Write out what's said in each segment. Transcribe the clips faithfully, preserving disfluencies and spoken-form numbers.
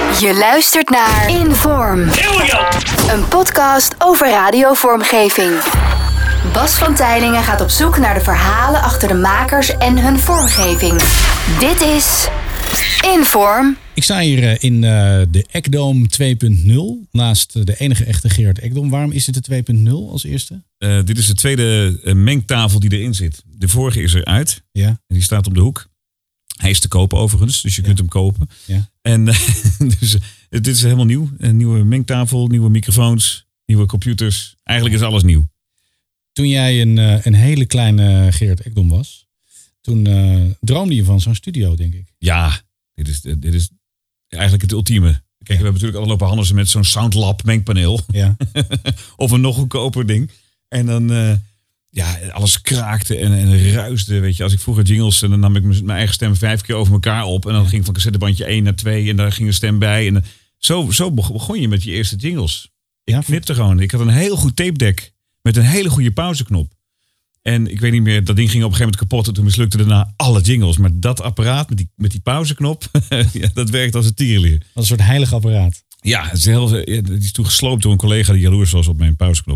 Je luistert naar Inform. Een podcast over radiovormgeving. Bas van Tijlingen gaat op zoek naar de verhalen achter de makers en hun vormgeving. Dit is Inform. Ik sta hier in uh, de Ekdom twee punt nul. Naast de enige echte Gerard Ekdom. Waarom is dit de twee punt nul als eerste? Uh, dit is de tweede uh, mengtafel die erin zit. De vorige is eruit. Ja. En die staat op de hoek. Hij is te kopen overigens, dus je ja. kunt hem kopen. Ja. En uh, dus, uh, dit is helemaal nieuw. Een nieuwe mengtafel, nieuwe microfoons, nieuwe computers. Eigenlijk is alles nieuw. Toen jij een, uh, een hele kleine Gerard Ekdom was, toen uh, droomde je van zo'n studio, denk ik. Ja, dit is, dit is eigenlijk het ultieme. Kijk, ja. we hebben natuurlijk al lopen handelen met zo'n Soundlab mengpaneel. Ja. Of een nog goedkoper ding. En dan, uh, ja, alles kraakte en, en ruisde. Weet je, als ik vroeger jingles, en dan nam ik mijn eigen stem vijf keer over elkaar op. En dan ja. ging van cassettebandje één naar twee en daar ging een stem bij. En zo, zo begon je met je eerste jingles. Ik ja, knipte gewoon. Ik had een heel goed tape deck met een hele goede pauzeknop. En ik weet niet meer, dat ding ging op een gegeven moment kapot. En toen mislukte daarna alle jingles. Maar dat apparaat met die, met die pauzeknop, ja, dat werkt als een tierenlier. Dat is een soort heilig apparaat. Ja, het is, heel, het is toen gesloopt door een collega die jaloers was op mijn pauzeknop.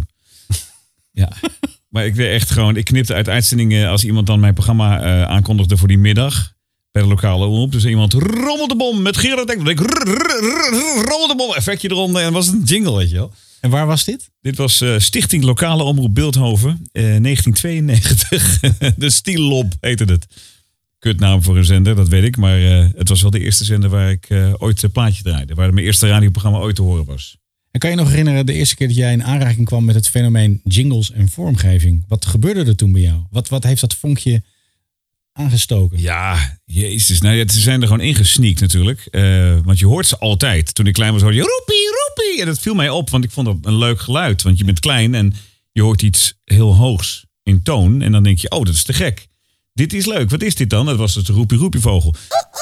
Ja, maar ik weer echt gewoon, ik knipte uit uitzendingen als iemand dan mijn programma uh, aankondigde voor die middag. Bij de lokale omroep. Dus iemand rommel de bom met Gerard Ekdom. Ik rommel de bom, effectje eronder en was een jingle, weet je wel. En waar was dit? Dit was uh, Stichting Lokale Omroep Beeldhoven, uh, negentien tweeënnegentig. De Stiellob heette het. Kutnaam voor een zender, dat weet ik. Maar uh, het was wel de eerste zender waar ik uh, ooit een plaatje draaide. Waar mijn eerste radioprogramma ooit te horen was. En kan je nog herinneren de eerste keer dat jij in aanraking kwam met het fenomeen jingles en vormgeving? Wat gebeurde er toen bij jou? Wat, wat heeft dat vonkje aangestoken? Ja, jezus. Nou ja, ze zijn er gewoon ingesneakt natuurlijk. Uh, want je hoort ze altijd. Toen ik klein was hoorde je roepie, roepie. En dat viel mij op, want ik vond dat een leuk geluid. Want je bent klein en je hoort iets heel hoogs in toon. En dan denk je, oh, dat is te gek. Dit is leuk. Wat is dit dan? Dat was dus de roepie, roepie vogel.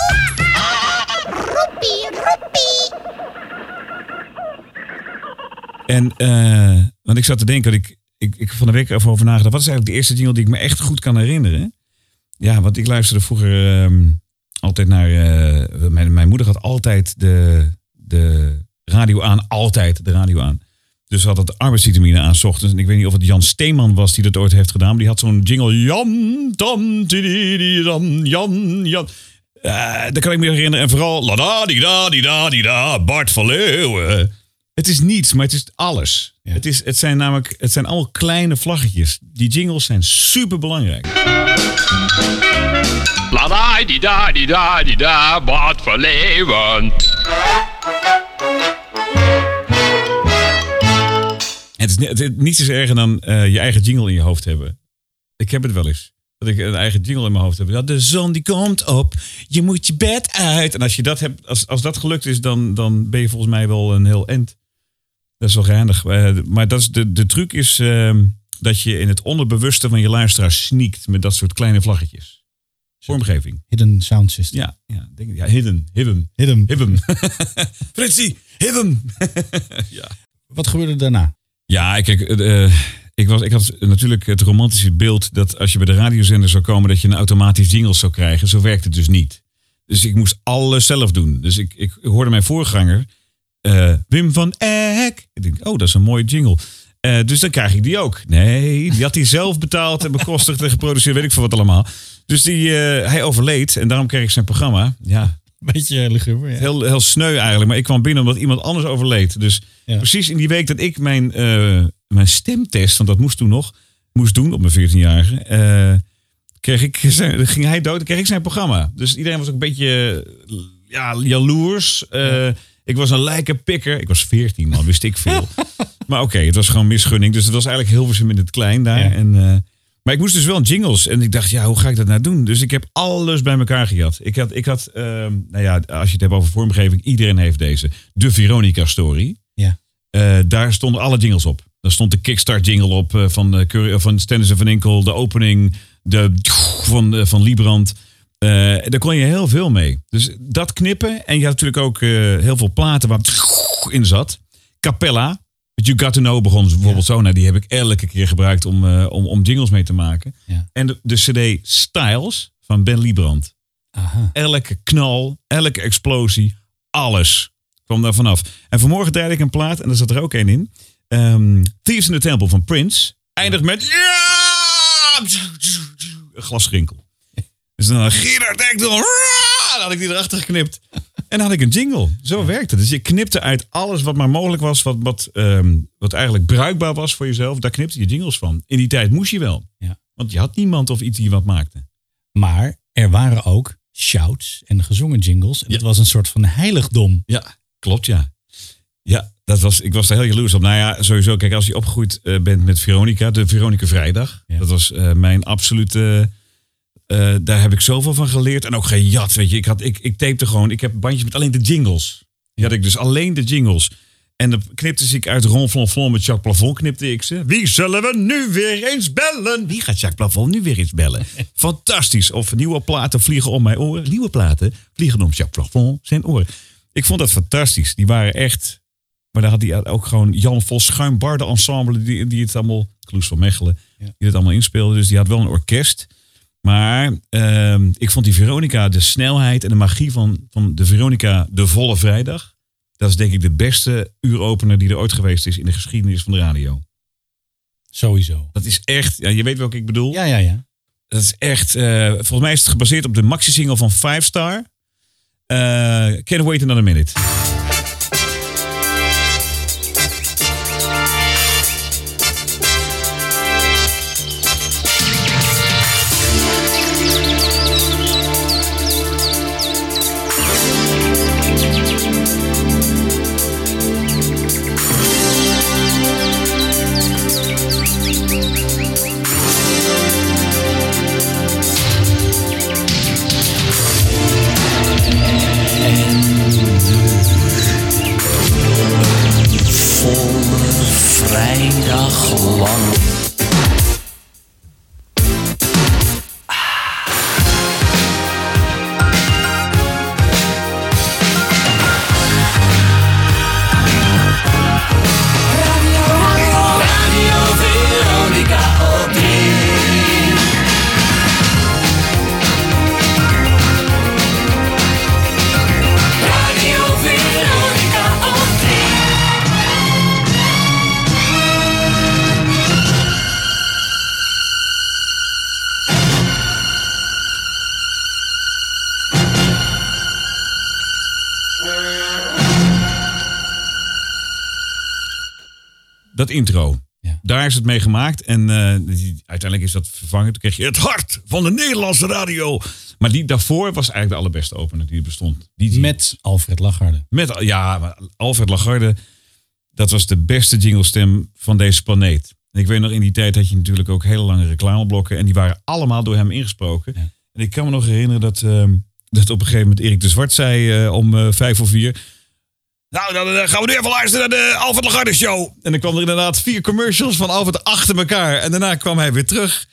Roepie, roepie. En, uh, want ik zat te denken, dat ik, ik, ik van de week even over nagedacht. Wat is eigenlijk de eerste jingle die ik me echt goed kan herinneren? Ja, want ik luisterde vroeger um, altijd naar... Uh, mijn, mijn moeder had altijd de, de radio aan. Altijd de radio aan. Dus ze had het arbeidsvitamine aan 's ochtends. En ik weet niet of het Jan Steeman was die dat ooit heeft gedaan. Maar die had zo'n jingle. Jan, tam, tididi, dam, Jan, Jan. Uh, daar kan ik me herinneren. En vooral... La da, di da, di da, di da, Bart van Leeuwen. Het is niets, maar het is alles. Ja. Het, is, het zijn namelijk, het zijn allemaal kleine vlaggetjes. Die jingles zijn super belangrijk. La da di da di da di da, Bart van Leeuwen. Het is, het is niets is erger dan uh, je eigen jingle in je hoofd hebben. Ik heb het wel eens. Dat ik een eigen jingle in mijn hoofd heb. Ja, de zon die komt op, je moet je bed uit. En als je dat hebt, als, als dat gelukt is, dan, dan ben je volgens mij wel een heel end. Dat is wel geinig. Uh, maar dat is de, de truc is uh, dat je in het onderbewuste van je luisteraar sneakt met dat soort kleine vlaggetjes. Vormgeving. Hidden sound system. Ja, ja, denk, ja hidden, hidden. Hidden. Hidden. Fritsie, hidden. Ja. Wat gebeurde daarna? Ja, kijk, uh, ik, was, ik had natuurlijk het romantische beeld dat als je bij de radiozender zou komen, dat je een automatisch jingles zou krijgen. Zo werkt het dus niet. Dus ik moest alles zelf doen. Dus ik, ik hoorde mijn voorganger, uh, Wim van Eck. Ik denk, oh, dat is een mooie jingle. Uh, dus dan krijg ik die ook. Nee, die had hij zelf betaald en bekostigd en geproduceerd, weet ik veel wat allemaal. Dus die, uh, hij overleed en daarom kreeg ik zijn programma. Ja, beetje luguber, ja. Heel, heel sneu eigenlijk. Maar ik kwam binnen omdat iemand anders overleed. Dus ja. Precies in die week dat ik mijn, uh, mijn stemtest, want dat moest toen nog, moest doen op mijn veertienjarige. Uh, kreeg ik zijn, ging hij dood en kreeg ik zijn programma. Dus iedereen was ook een beetje uh, ja, jaloers. Uh, ja. Ik was een lijkenpikker. Ik was veertien, man, wist ik veel. Maar oké, okay, het was gewoon misgunning. Dus het was eigenlijk Hilversum in het klein daar. Ja. En, uh, maar ik moest dus wel jingles. En ik dacht, ja, hoe ga ik dat nou doen? Dus ik heb alles bij elkaar gejat. Ik had, ik had uh, nou ja, als je het hebt over vormgeving, iedereen heeft deze. De Veronica Story. Ja. Uh, daar stonden alle jingles op. Daar stond de Kickstart jingle op uh, van, uh, van Stennis en Van Inkel. De opening de, van, uh, van Liebrand. Uh, daar kon je heel veel mee. Dus dat knippen. En je had natuurlijk ook uh, heel veel platen waar in zat. Capella. You Got To Know begon bijvoorbeeld ja. zo. Nou, die heb ik elke keer gebruikt om, uh, om, om jingles mee te maken. Ja. En de, de cd Styles van Ben Liebrand. Aha. Elke knal, elke explosie, alles kwam daar vanaf. En vanmorgen draaide ik een plaat en daar zat er ook één in. Um, Thieves in the Temple van Prince. Eindigt met... Ja! Een glasrinkel. Dus dan Gerard Ekdom. Dan had ik die erachter geknipt. En dan had ik een jingle. Zo werkt het. Dus je knipte uit alles wat maar mogelijk was. Wat, wat, um, wat eigenlijk bruikbaar was voor jezelf. Daar knipte je jingles van. In die tijd moest je wel. Ja. Want je had niemand of iets die wat maakte. Maar er waren ook shouts en gezongen jingles. En Ja. dat was een soort van heiligdom. Ja, klopt ja. Ja, dat was, ik was daar heel jaloers op. Nou ja, sowieso. Kijk, als je opgegroeid uh, bent met Veronica. De Veronica Vrijdag. Ja. Dat was uh, mijn absolute... Uh, daar heb ik zoveel van geleerd. En ook gejat, weet je. Ik, had, ik, ik tapte gewoon... Ik heb bandjes met alleen de jingles. Die had ik dus alleen de jingles. En dan knipte ze ik uit Ronflonflon met Jacques Plafond knipte ik ze. Wie zullen we nu weer eens bellen? Wie gaat Jacques Plafond nu weer eens bellen? Fantastisch. Of nieuwe platen vliegen om mijn oren. Nieuwe platen vliegen om Jacques Plafond zijn oren. Ik vond dat fantastisch. Die waren echt... Maar daar had hij ook gewoon Jan Vos Schuimbarde ensemble. Die, die het allemaal... Kloes van Mechelen. Ja. Die het allemaal inspeelde. Dus die had wel een orkest. Maar uh, ik vond die Veronica, de snelheid en de magie van, van de Veronica de volle vrijdag. Dat is denk ik de beste uuropener die er ooit geweest is in de geschiedenis van de radio. Sowieso. Dat is echt, ja, je weet welke ik bedoel. Ja, ja, ja. Dat is echt, uh, volgens mij is het gebaseerd op de maxi-single van Five Star. Uh, Can't Wait Another Minute. Vrijdag lang. Dat intro. Ja. Daar is het mee gemaakt. En uh, die, uiteindelijk is dat vervangen. Toen kreeg je het hart van de Nederlandse radio. Maar die daarvoor was eigenlijk de allerbeste opener die er bestond. Die, die, Met Alfred Lagarde. Met, ja, maar Alfred Lagarde. Dat was de beste jinglestem van deze planeet. En ik weet nog, in die tijd had je natuurlijk ook hele lange reclameblokken. En die waren allemaal door hem ingesproken. Ja. En ik kan me nog herinneren dat, uh, dat op een gegeven moment Erik de Zwart zei uh, om uh, vijf voor vier... Nou, dan uh, gaan we nu even luisteren naar de Alfred Lagarde Show. En dan kwam er inderdaad vier commercials van Alfred achter elkaar. En daarna kwam hij weer terug.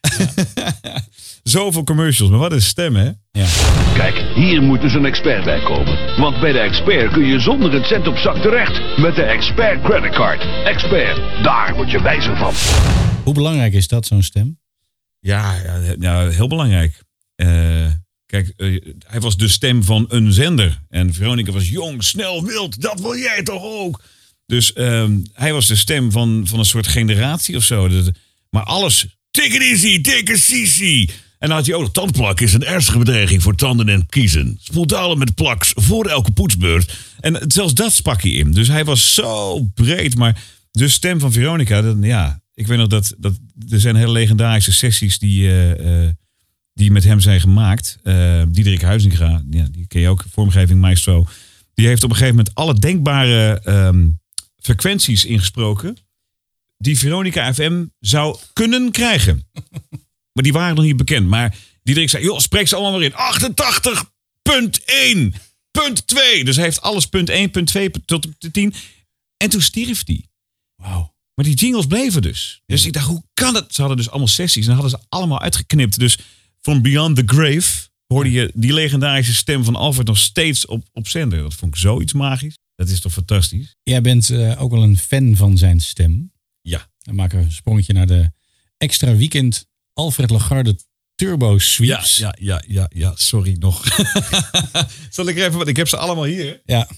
Ja. Zoveel commercials, maar wat een stem, hè? Ja. Kijk, hier moet dus een expert bij komen. Want bij de expert kun je zonder een cent op zak terecht. Met de Expert Creditcard. Expert, daar word je wijzer van. Hoe belangrijk is dat, zo'n stem? Ja, ja, ja heel belangrijk. Uh, Kijk, uh, hij was de stem van een zender. En Veronica was jong, snel, wild. Dat wil jij toch ook? Dus uh, hij was de stem van, van een soort generatie of zo. Dat, maar alles, take it easy, take it easy. En dan had hij ook nog, tandplak is een ernstige bedreiging voor tanden en kiezen. Spoeldalen met plaks voor elke poetsbeurt. En zelfs dat sprak hij in. Dus hij was zo breed. Maar de stem van Veronica, dat, ja, ik weet nog dat, dat er zijn hele legendarische sessies die... Uh, uh, die met hem zijn gemaakt. Uh, Diederik Huizinga, ja, die ken je ook, vormgeving maestro. Die heeft op een gegeven moment alle denkbare um, frequenties ingesproken die Veronica F M zou kunnen krijgen. Maar die waren nog niet bekend. Maar Diederik zei, joh, spreek ze allemaal maar in. achtentachtig punt één, punt twee. Dus hij heeft alles punt één, punt twee tot tien. En toen stierf hij. Wauw. Maar die jingles bleven dus. Dus ja. Ik dacht, hoe kan het? Ze hadden dus allemaal sessies en hadden ze allemaal uitgeknipt. Dus van Beyond the Grave hoorde je die legendarische stem van Alfred nog steeds op, op zender. Dat vond ik zoiets magisch. Dat is toch fantastisch? Jij bent uh, ook wel een fan van zijn stem. Ja. Dan maken we een sprongetje naar de extra weekend Alfred Lagarde Turbo Sweeps. Ja, ja, ja, ja, ja. Sorry nog. Zal ik er even, want ik heb ze allemaal hier. Ja.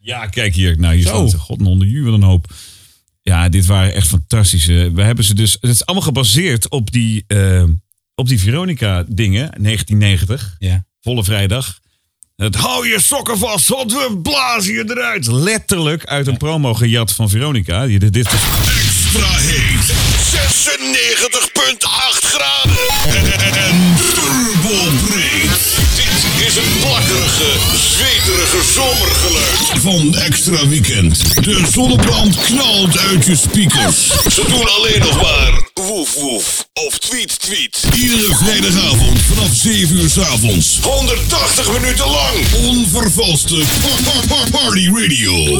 Ja, kijk hier. Nou, hier Zo. staat God en onder ju, wat een hoop. Ja, dit waren echt fantastische. We hebben ze dus. Het is allemaal gebaseerd op die, uh, op die Veronica dingen, negentien negentig. Ja. Volle vrijdag. Het hou je sokken vast, want we blazen je eruit. Letterlijk uit een promo gejat van Veronica. Dit, dit was... Extra heet. zesennegentig komma acht graden. En turbobreed. Dit is het plakkerige, zweterige zomergeluid van Extra Weekend. De zonnebrand knalt uit je speakers. Ze doen alleen nog maar woef woef of tweet tweet. Iedere vrijdagavond vanaf zeven uur 's avonds. honderdtachtig minuten lang. Onvervalste party radio.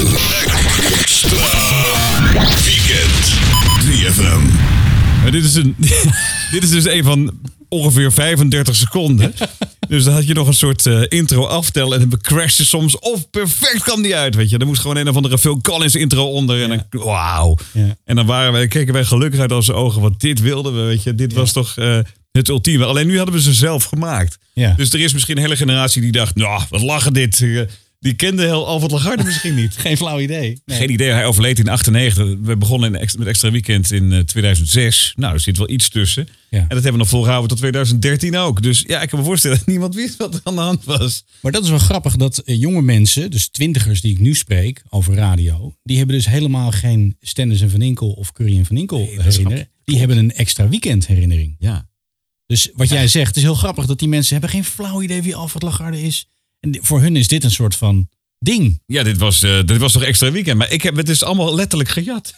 Extra Weekend. drie F M. Maar dit is, een, dit is dus een van ongeveer vijfendertig seconden. Dus dan had je nog een soort uh, intro aftellen en dan crashte soms. Of perfect kwam die uit, weet je. Er moest gewoon een of andere Phil Collins intro onder. En dan, wauw. Ja. En dan waren wij, keken wij gelukkig uit onze ogen. Want dit wilden we, weet je. Dit Ja. was toch uh, het ultieme. Alleen nu hadden we ze zelf gemaakt. Ja. Dus er is misschien een hele generatie die dacht, nou, wat lachen dit. Uh, Die kende heel Alfred Lagarde misschien niet. Geen flauw idee. Nee. Geen idee, hij overleed in achtennegentig. We begonnen in, met Extra Weekend in uh, tweeduizend zes. Nou, er zit wel iets tussen. Ja. En dat hebben we nog volgehouden tot tweeduizend dertien ook. Dus ja, ik kan me voorstellen dat niemand wist wat er aan de hand was. Maar dat is wel grappig dat eh, jonge mensen, dus twintigers die ik nu spreek over radio, die hebben dus helemaal geen Stennis en Van Inkel of Curry en Van Inkel Nee, dat is herinneren. grappig. Die hebben een Extra Weekend herinnering. Ja. Dus wat jij zegt, het is heel grappig dat die mensen hebben geen flauw idee wie Alfred Lagarde is. En voor hun is dit een soort van ding. Ja, dit was, uh, dit was toch Extra Weekend. Maar ik heb het dus allemaal letterlijk gejat.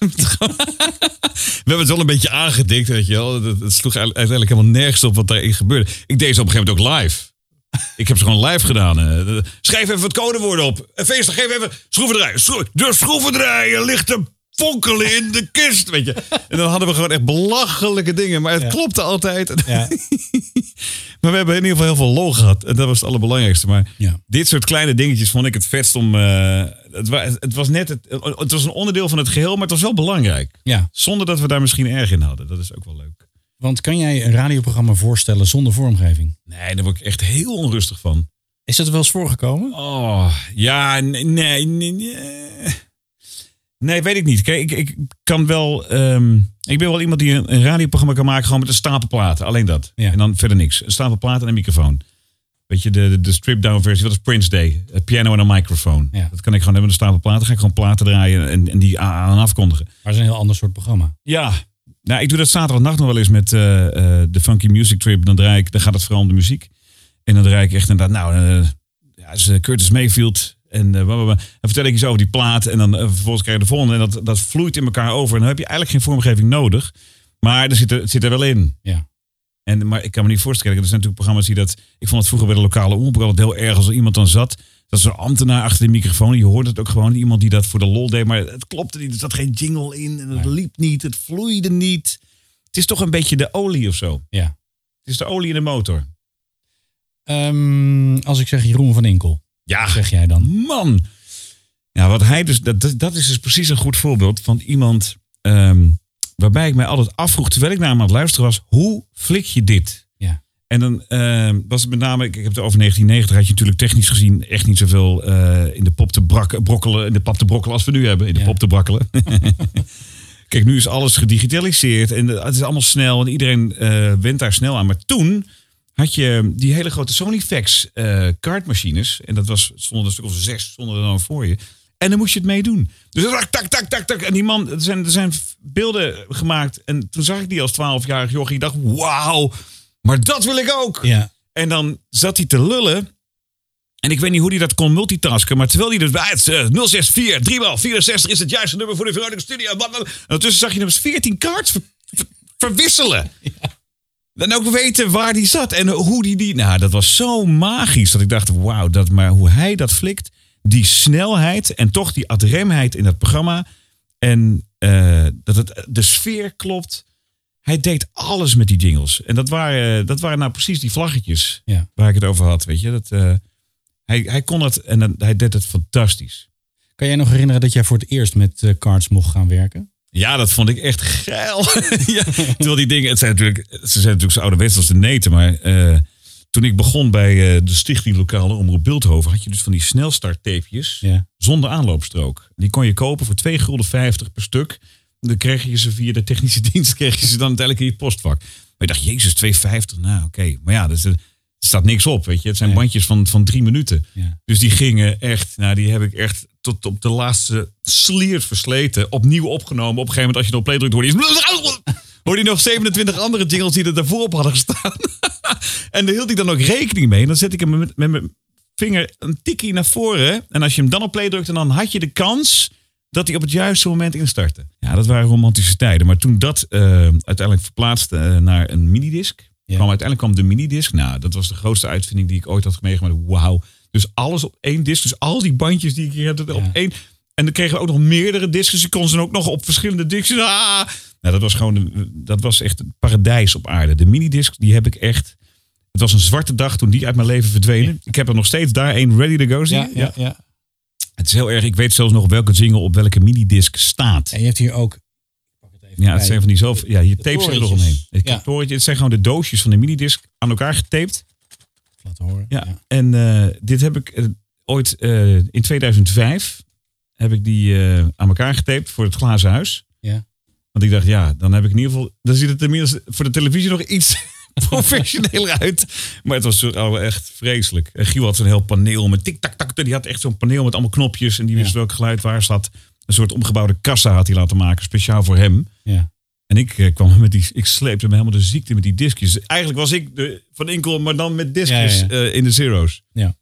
We hebben het wel een beetje aangedikt, weet je wel. Het, het sloeg uiteindelijk helemaal nergens op wat daarin gebeurde. Ik deed ze op een gegeven moment ook live. Ik heb ze gewoon live gedaan. Uh, schrijf even het codewoord op. Feest, geef even schroevendraaier. Schro- de schroevendraaier ligt te fonkelen in de kist, weet je. En dan hadden we gewoon echt belachelijke dingen. Maar het Ja. klopte altijd. Ja. Maar we hebben in ieder geval heel veel lol gehad. En dat was het allerbelangrijkste. Maar Ja. dit soort kleine dingetjes vond ik het vetst om... Uh, het, wa- het was net het, het was een onderdeel van het geheel, maar het was wel belangrijk. Ja, Zonder dat we daar misschien erg in hadden. Dat is ook wel leuk. want kan jij een radioprogramma voorstellen zonder vormgeving? Nee, daar word ik echt heel onrustig van. Is dat wel eens voorgekomen? Oh, ja, nee, nee, nee. Nee, nee weet ik niet. Kijk, ik, ik kan wel... Um, ik ben wel iemand die een, een radioprogramma kan maken gewoon met een stapel platen. Alleen dat. Ja. En dan verder niks. Een stapel platen en een microfoon. Weet je, de, de, de strip-down versie, wat is Prince Day? Een piano en een microfoon. Ja. Dat kan ik gewoon hebben met een stapel platen. Ga ik gewoon platen draaien en, en die aan, aan afkondigen. Maar het is een heel ander soort programma. Ja, nou, ik doe dat zaterdagnacht nog wel eens met uh, uh, de Funky Music Trip. Dan draai ik, dan gaat het vooral om de muziek. En dan draai ik echt inderdaad, nou, uh, ja, is uh, Curtis Mayfield. En uh, dan vertel ik iets over die plaat. En dan uh, vervolgens krijg je de volgende. En dat, dat vloeit in elkaar over. En dan heb je eigenlijk geen vormgeving nodig. Maar er zit er, het zit er wel in. Ja. En, maar ik kan me niet voorstellen. Er zijn natuurlijk programma's die dat... Ik vond het vroeger bij de lokale omroep altijd heel erg als er iemand dan zat. Dat is een ambtenaar achter de microfoon. Je hoort het ook gewoon. Iemand die dat voor de lol deed. Maar het klopte niet. Er zat geen jingle in. En het Nee. liep niet. Het vloeide niet. Het is toch een beetje de olie of zo. Ja. Het is de olie in de motor. Um, als ik zeg Jeroen van Inkel, Ja, zeg jij dan? man. Ja, wat hij dus... Dat, dat- dat is dus precies een goed voorbeeld van iemand... Um, waarbij ik mij altijd afvroeg, terwijl ik naar hem aan het luisteren was... Hoe flik je dit? Ja. En dan uh, was het met name, ik heb het over negentien negentig, had je natuurlijk technisch gezien echt niet zoveel uh, in de pop te brak, brokkelen, in de pap te brokkelen als we nu hebben, in de Ja. pop te brakkelen. Kijk, nu is alles gedigitaliseerd en het is allemaal snel en iedereen uh, went daar snel aan. Maar toen had je die hele grote Sony-fax uh, kaartmachines en dat was, stonden een stuk of zes, stonden er dan voor je. En dan moest je het meedoen. Dus tak, tak, tak, tak, tak. En die man, er zijn, er zijn beelden gemaakt. En toen zag ik die als twaalfjarig jochie. Ik dacht, wauw, maar dat wil ik ook. Ja. En dan zat hij te lullen. En ik weet niet hoe hij dat kon multitasken. Maar terwijl hij dus bij het uh, nul zes vier drie vierenzestig is het juiste nummer voor de Veronica Studio. En ondertussen zag je hem veertien kaarts ver, ver, verwisselen. Ja. En ook weten waar die zat. En hoe die die... Nou, dat was zo magisch. Dat ik dacht, wauw, dat, maar hoe hij dat flikt. Die snelheid en toch die adremheid in dat programma. En uh, dat het, de sfeer klopt. Hij deed alles met die jingles. En dat waren, dat waren nou precies die vlaggetjes Ja. waar ik het over had. Weet je? Dat, uh, hij, hij kon het en dat, hij deed het fantastisch. Kan jij nog herinneren dat jij voor het eerst met uh, cards mocht gaan werken? Ja, dat vond ik echt geil. Ja, terwijl die dingen, het zijn natuurlijk, ze zijn natuurlijk zo ouderwets als de neten. Maar uh, toen ik begon bij uh, de Stichting Lokale Omroep Bilthoven, had je dus van die snelstarttapejes Ja. zonder aanloopstrook. Die kon je kopen voor twee gulden vijftig per stuk. Dan kreeg je ze via de technische dienst, kreeg je ze dan uiteindelijk in je postvak. Maar je dacht, jezus, twee vijftig, nou oké. Okay. Maar ja, dus, er staat niks op, weet je. Het zijn Nee. bandjes van, van drie minuten. Ja. Dus die gingen echt, nou die heb ik echt tot op de laatste sliert versleten. Opnieuw opgenomen. Op een gegeven moment als je op play drukt, hoorde je, hoorde je nog zevenentwintig andere jingles die er daarvoor op hadden gestaan. En daar hield ik dan ook rekening mee. En dan zet ik hem met, met mijn vinger een tikkie naar voren. En als je hem dan op play drukt, dan had je de kans dat hij op het juiste moment instartte. Ja, dat waren romantische tijden. Maar toen dat uh, uiteindelijk verplaatste uh, naar een minidisc, Ja. kwam uiteindelijk kwam de minidisc. Nou, dat was de grootste uitvinding die ik ooit had meegemaakt. Wauw. Dus alles op één disc. Dus al die bandjes die ik hier had op Ja. één. En dan kregen we ook nog meerdere discs. Dus je kon ze dan ook nog op verschillende discs. Ah! Nou, dat was gewoon, dat was echt een paradijs op aarde. De minidisc, die heb ik echt. Het was een zwarte dag toen die uit mijn leven verdwenen. Ik heb er nog steeds daar één ready to go. Zie Ja, je? ja, ja. Het is heel erg. Ik weet zelfs nog welke jingle op welke minidisc staat. En je hebt hier ook... Ja, het zijn van die zelf. Ja, hier tape zit er nog omheen. torentjes. Ik Ja. heb torentje. Het zijn gewoon de doosjes van de minidisc aan elkaar getaped. Laten horen. Ja. Ja. En uh, dit heb ik uh, ooit uh, in tweeduizend vijf heb ik die uh, aan elkaar getaped voor het glazen huis. Ja. Want ik dacht, ja, dan heb ik in ieder geval. Dan ziet het tenminste voor de televisie nog iets professioneler uit. Maar het was zo, oh, echt vreselijk. En Giel had zo'n heel paneel met tik-tak-tak. Die had echt zo'n paneel met allemaal knopjes. En die wist Ja. welk geluid waar zat. Een soort omgebouwde kassa had hij laten maken, speciaal voor hem. Ja. En ik uh, kwam met die, ik sleepte me helemaal de ziekte met die discjes. Eigenlijk was ik de Van Inkel, maar dan met discjes Ja, ja, ja. Uh, in de zero's. Ja.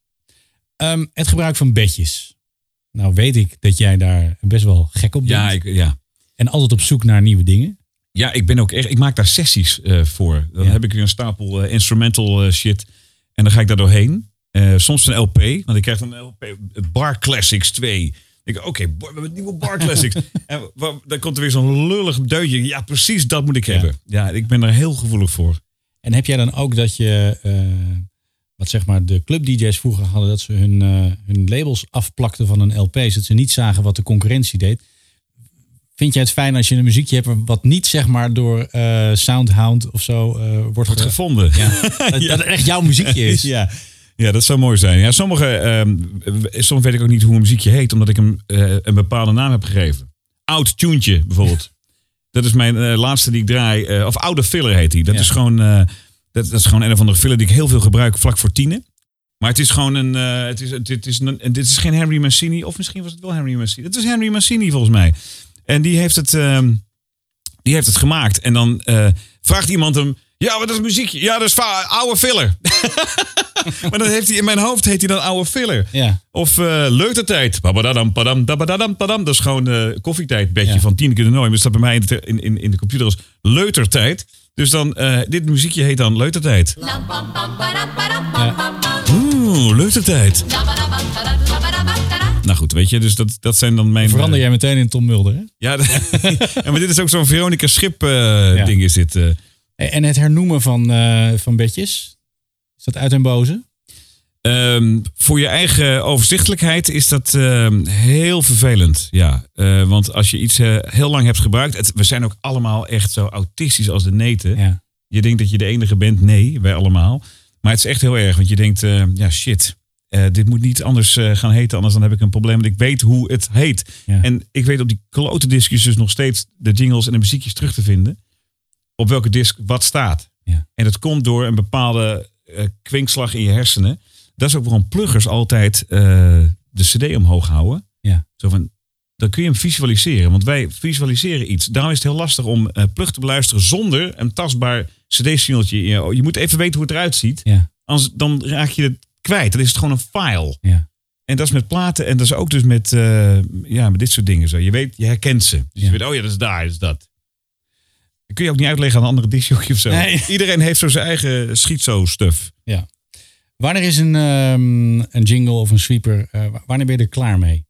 Um, het gebruik van bedjes. Nou weet ik dat jij daar best wel gek op bent. Ja, ik, ja. En altijd op zoek naar nieuwe dingen. ja, ik ben ook echt. Ik maak daar sessies uh, voor. Dan Ja. heb ik weer een stapel uh, instrumental uh, shit. En dan ga ik daar doorheen. Uh, soms een L P, want ik krijg dan een L P Bar Classics twee. Ik oké, okay, we hebben nieuwe Bar Classics. En dan komt er weer zo'n lullig deuntje. Ja, precies dat moet ik Ja. hebben. Ja, ik ben er heel gevoelig voor. En heb jij dan ook dat je, uh, wat zeg maar de club D J's vroeger hadden, dat ze hun, uh, hun labels afplakten van een L P, zodat ze niet zagen wat de concurrentie deed. Vind jij het fijn als je een muziekje hebt wat niet zeg maar door uh, Soundhound of zo uh, wordt, Wordt gevonden. Ja, dat, dat het echt jouw muziekje is. Ja. Ja, dat zou mooi zijn. Ja, sommige, um, soms weet ik ook niet hoe een muziekje heet, omdat ik hem uh, een bepaalde naam heb gegeven. Oud Tuentje bijvoorbeeld. Dat is mijn uh, laatste die ik draai. Uh, of Oude Filler heet die. Dat, Ja. is gewoon, uh, dat, dat is gewoon een of andere filler die ik heel veel gebruik vlak voor tienen. Maar het is gewoon een. Uh, het is, dit, is een dit is geen Henry Mancini. Of misschien was het wel Henry Mancini. Het is Henry Mancini volgens mij. En die heeft het, uh, die heeft het gemaakt. En dan uh, vraagt iemand hem. Ja, wat is muziekje? Ja, dat is va- oude filler. Maar dan heeft hij in mijn hoofd heet hij dan oude filler. Ja. Of uh, Leutertijd. Babadadam, padam, dabadadam, padam. Dat is gewoon uh, koffietijdbedje Ja. van Tineke de Nooi. Maar staat bij mij in de, in, in, in de computer als Leutertijd. Dus dan, uh, dit muziekje heet dan Leutertijd. Oeh, Leutertijd. Nou goed, weet je, dus dat, dat zijn dan mijn... Verander jij meteen in Tom Mulder, hè? Ja, ja, maar dit is ook zo'n Veronica Schip uh, Ja. ding is dit. Uh. En het hernoemen van, uh, van bedjes, is dat uit en boze? Um, voor je eigen overzichtelijkheid is dat um, heel vervelend. Ja, uh, want als je iets uh, heel lang hebt gebruikt... Het, we zijn ook allemaal echt zo autistisch als de neten. Ja. Je denkt dat je de enige bent. Nee, wij allemaal. Maar het is echt heel erg, want je denkt... Uh, ja, shit, uh, dit moet niet anders uh, gaan heten... anders dan heb ik een probleem, want ik weet hoe het heet. Ja. En ik weet op die klote discjes dus nog steeds... de jingles en de muziekjes terug te vinden... op welke disc wat staat. Ja. En dat komt door een bepaalde uh, kwinkslag in je hersenen... Dat is ook waarom pluggers altijd uh, de cd omhoog houden. Ja. Zo van, dan kun je hem visualiseren. Want wij visualiseren iets. Daarom is het heel lastig om uh, plug te beluisteren zonder een tastbaar cd-signaltje. in je- Je moet even weten hoe het eruit ziet. Ja. Anders dan raak je het kwijt. Dan is het gewoon een file. Ja. En dat is met platen. En dat is ook dus met, uh, ja, met dit soort dingen. Zo. Je weet, je herkent ze. Dus Ja. je weet, oh ja, dat is daar, dat is dat. Dat kun je ook niet uitleggen aan een andere discjockey of zo. Nee. Iedereen heeft zo zijn eigen schietzo-stuff. Ja. Wanneer is een, um, een jingle of een sweeper, uh, wanneer ben je er klaar mee?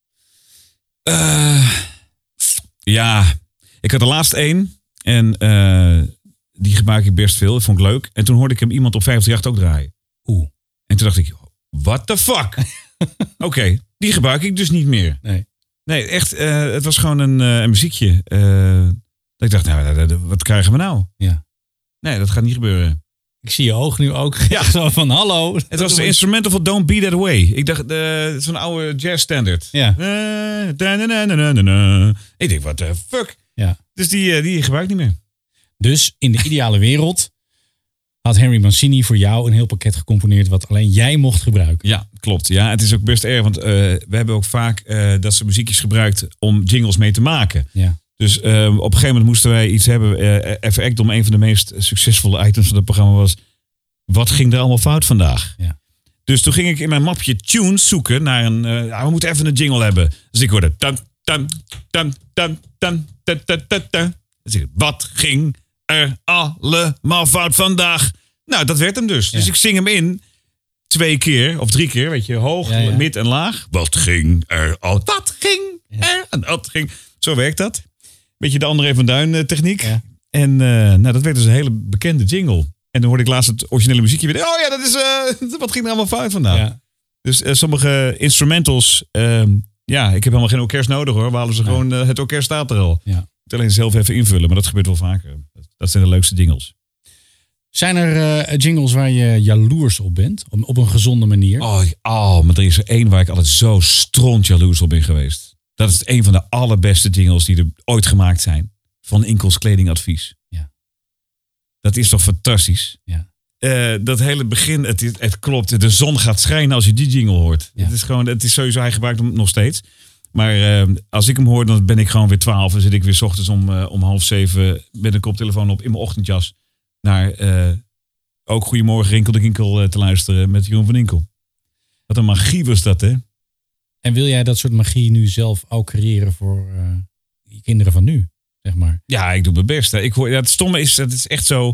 Uh, ja, ik had er laatst één. En uh, die gebruik ik best veel. Dat vond ik leuk. En toen hoorde ik hem iemand op vijfhonderdachttien ook draaien. Oeh. En toen dacht ik, what the fuck? Oké, okay, die gebruik ik dus niet meer. Nee. Nee, echt, uh, het was gewoon een, uh, een muziekje. Uh, dat ik dacht, nou, wat krijgen we nou? Ja. Nee, dat gaat niet gebeuren. Ik zie je oog nu ook. Ja, zo van hallo. Het was de instrumental van Don't Be That Way. Ik dacht, uh, het is een oude jazz standard. Ja. Uh, da, na, na, na, na, na. Ik denk, what the fuck? Ja. Dus die, uh, die gebruik ik niet meer. Dus in de ideale wereld had Henry Mancini voor jou een heel pakket gecomponeerd wat alleen jij mocht gebruiken. Ja, klopt. Ja, het is ook best erg, want uh, we hebben ook vaak uh, dat ze muziekjes gebruikt om jingles mee te maken. Ja. Dus uh, op een gegeven moment moesten wij iets hebben. Uh, even Ekdom, een van de meest succesvolle items van het programma was, wat ging er allemaal fout vandaag? Ja. Dus toen ging ik in mijn mapje tunes zoeken naar een, uh, ja, we moeten even een jingle hebben. Dus ik hoorde tan, tan, tan, tan, tan, tan, tan, tan, tan. Dus ik, wat ging er allemaal fout vandaag? Nou, dat werd hem dus. Ja. Dus ik zing hem in twee keer of drie keer, weet je, hoog, ja, ja. mid en laag. Wat ging er al? Wat ging er? En dat ging. Zo werkt dat. Beetje de André van Duin techniek. Ja. En uh, nou, dat werd dus een hele bekende jingle. En dan hoorde ik laatst het originele muziekje weer. Oh ja, dat is uh, wat ging er allemaal fout vandaag? Ja. Dus uh, sommige instrumentals, uh, ja, ik heb helemaal geen orkest nodig hoor. We halen ze ja. gewoon, uh, het orkest staat er al. Ja. Ik moet alleen zelf even invullen, maar dat gebeurt wel vaker. Dat zijn de leukste jingles. Zijn er uh, jingles waar je jaloers op bent? Op, op een gezonde manier? Oh, oh, maar er is er één waar ik altijd zo stront jaloers op ben geweest. Dat is een van de allerbeste jingles die er ooit gemaakt zijn. Van Inkels Kledingadvies. Ja. Dat is toch fantastisch? Ja. Uh, dat hele begin, het, het klopt. De zon gaat schijnen als je die jingle hoort. Ja. Het is gewoon, het is sowieso, hij gebruikt hem nog steeds. Maar uh, als ik hem hoor, dan ben ik gewoon weer twaalf. En zit ik weer 's ochtends om, uh, om half zeven met een koptelefoon op in mijn ochtendjas. Naar uh, ook Goedemorgen Rinkel de Kinkel uh, te luisteren met Jeroen van Inkel. Wat een magie was dat, hè? En wil jij dat soort magie nu zelf ook creëren voor uh, die kinderen van nu, zeg maar? Ja, ik doe mijn best. Hè. Ik hoor, ja, het stomme is, het is echt zo,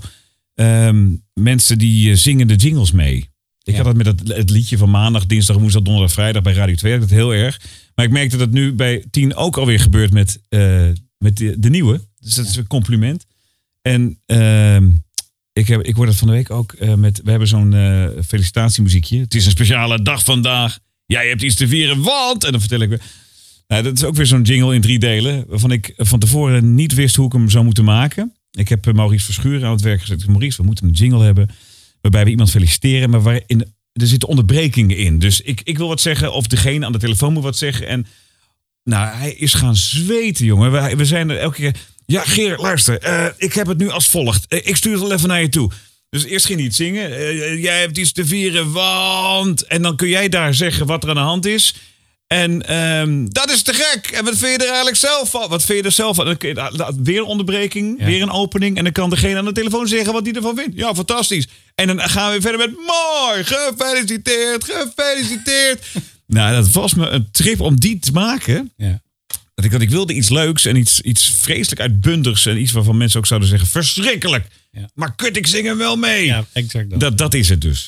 um, mensen die uh, zingen de jingles mee. Ik ja. had dat met het, het liedje van maandag, dinsdag, woensdag, donderdag, vrijdag bij Radio twee. Dat heel erg. Maar ik merkte dat nu bij tien ook alweer gebeurt met, uh, met de, de nieuwe. Dus dat is een compliment. En uh, ik, heb, ik hoorde het van de week ook uh, met, we hebben zo'n uh, felicitatiemuziekje. Het is een speciale dag vandaag. Jij hebt iets te vieren, want... En dan vertel ik weer... Nou, dat is ook weer zo'n jingle in drie delen. Waarvan ik van tevoren niet wist hoe ik hem zou moeten maken. Ik heb Maurice Verschuren aan het werk gezet. Maurice, we moeten een jingle hebben. Waarbij we iemand feliciteren. Maar waarin er zitten onderbrekingen in. Dus ik, ik wil wat zeggen. Of degene aan de telefoon moet wat zeggen. En nou, hij is gaan zweten, jongen. We, we zijn er elke keer... Ja, Gerard, luister. Uh, ik heb het nu als volgt. Uh, ik stuur het wel even naar je toe. Dus eerst ging hij het zingen. Uh, jij hebt iets te vieren, want... En dan kun jij daar zeggen wat er aan de hand is. En um, dat is te gek. En wat vind je er eigenlijk zelf van? Wat vind je er zelf van? Weer een onderbreking, ja. weer een opening. En dan kan degene aan de telefoon zeggen wat hij ervan vindt. Ja, fantastisch. En dan gaan we verder met... Mooi, gefeliciteerd, gefeliciteerd. Nou, dat was me een trip om die te maken. Ja. Dat ik, dat ik wilde iets leuks en iets, iets vreselijk uitbundigs. En iets waarvan mensen ook zouden zeggen, verschrikkelijk. Ja. Maar kut, ik zing hem wel mee. Ja, exact dat. Dat, dat is het dus.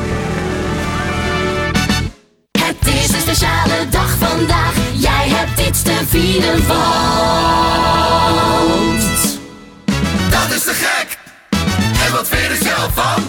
Het is een speciale dag vandaag. Jij hebt iets te vieren, want... Dat is te gek. En wat vind je er zelf van?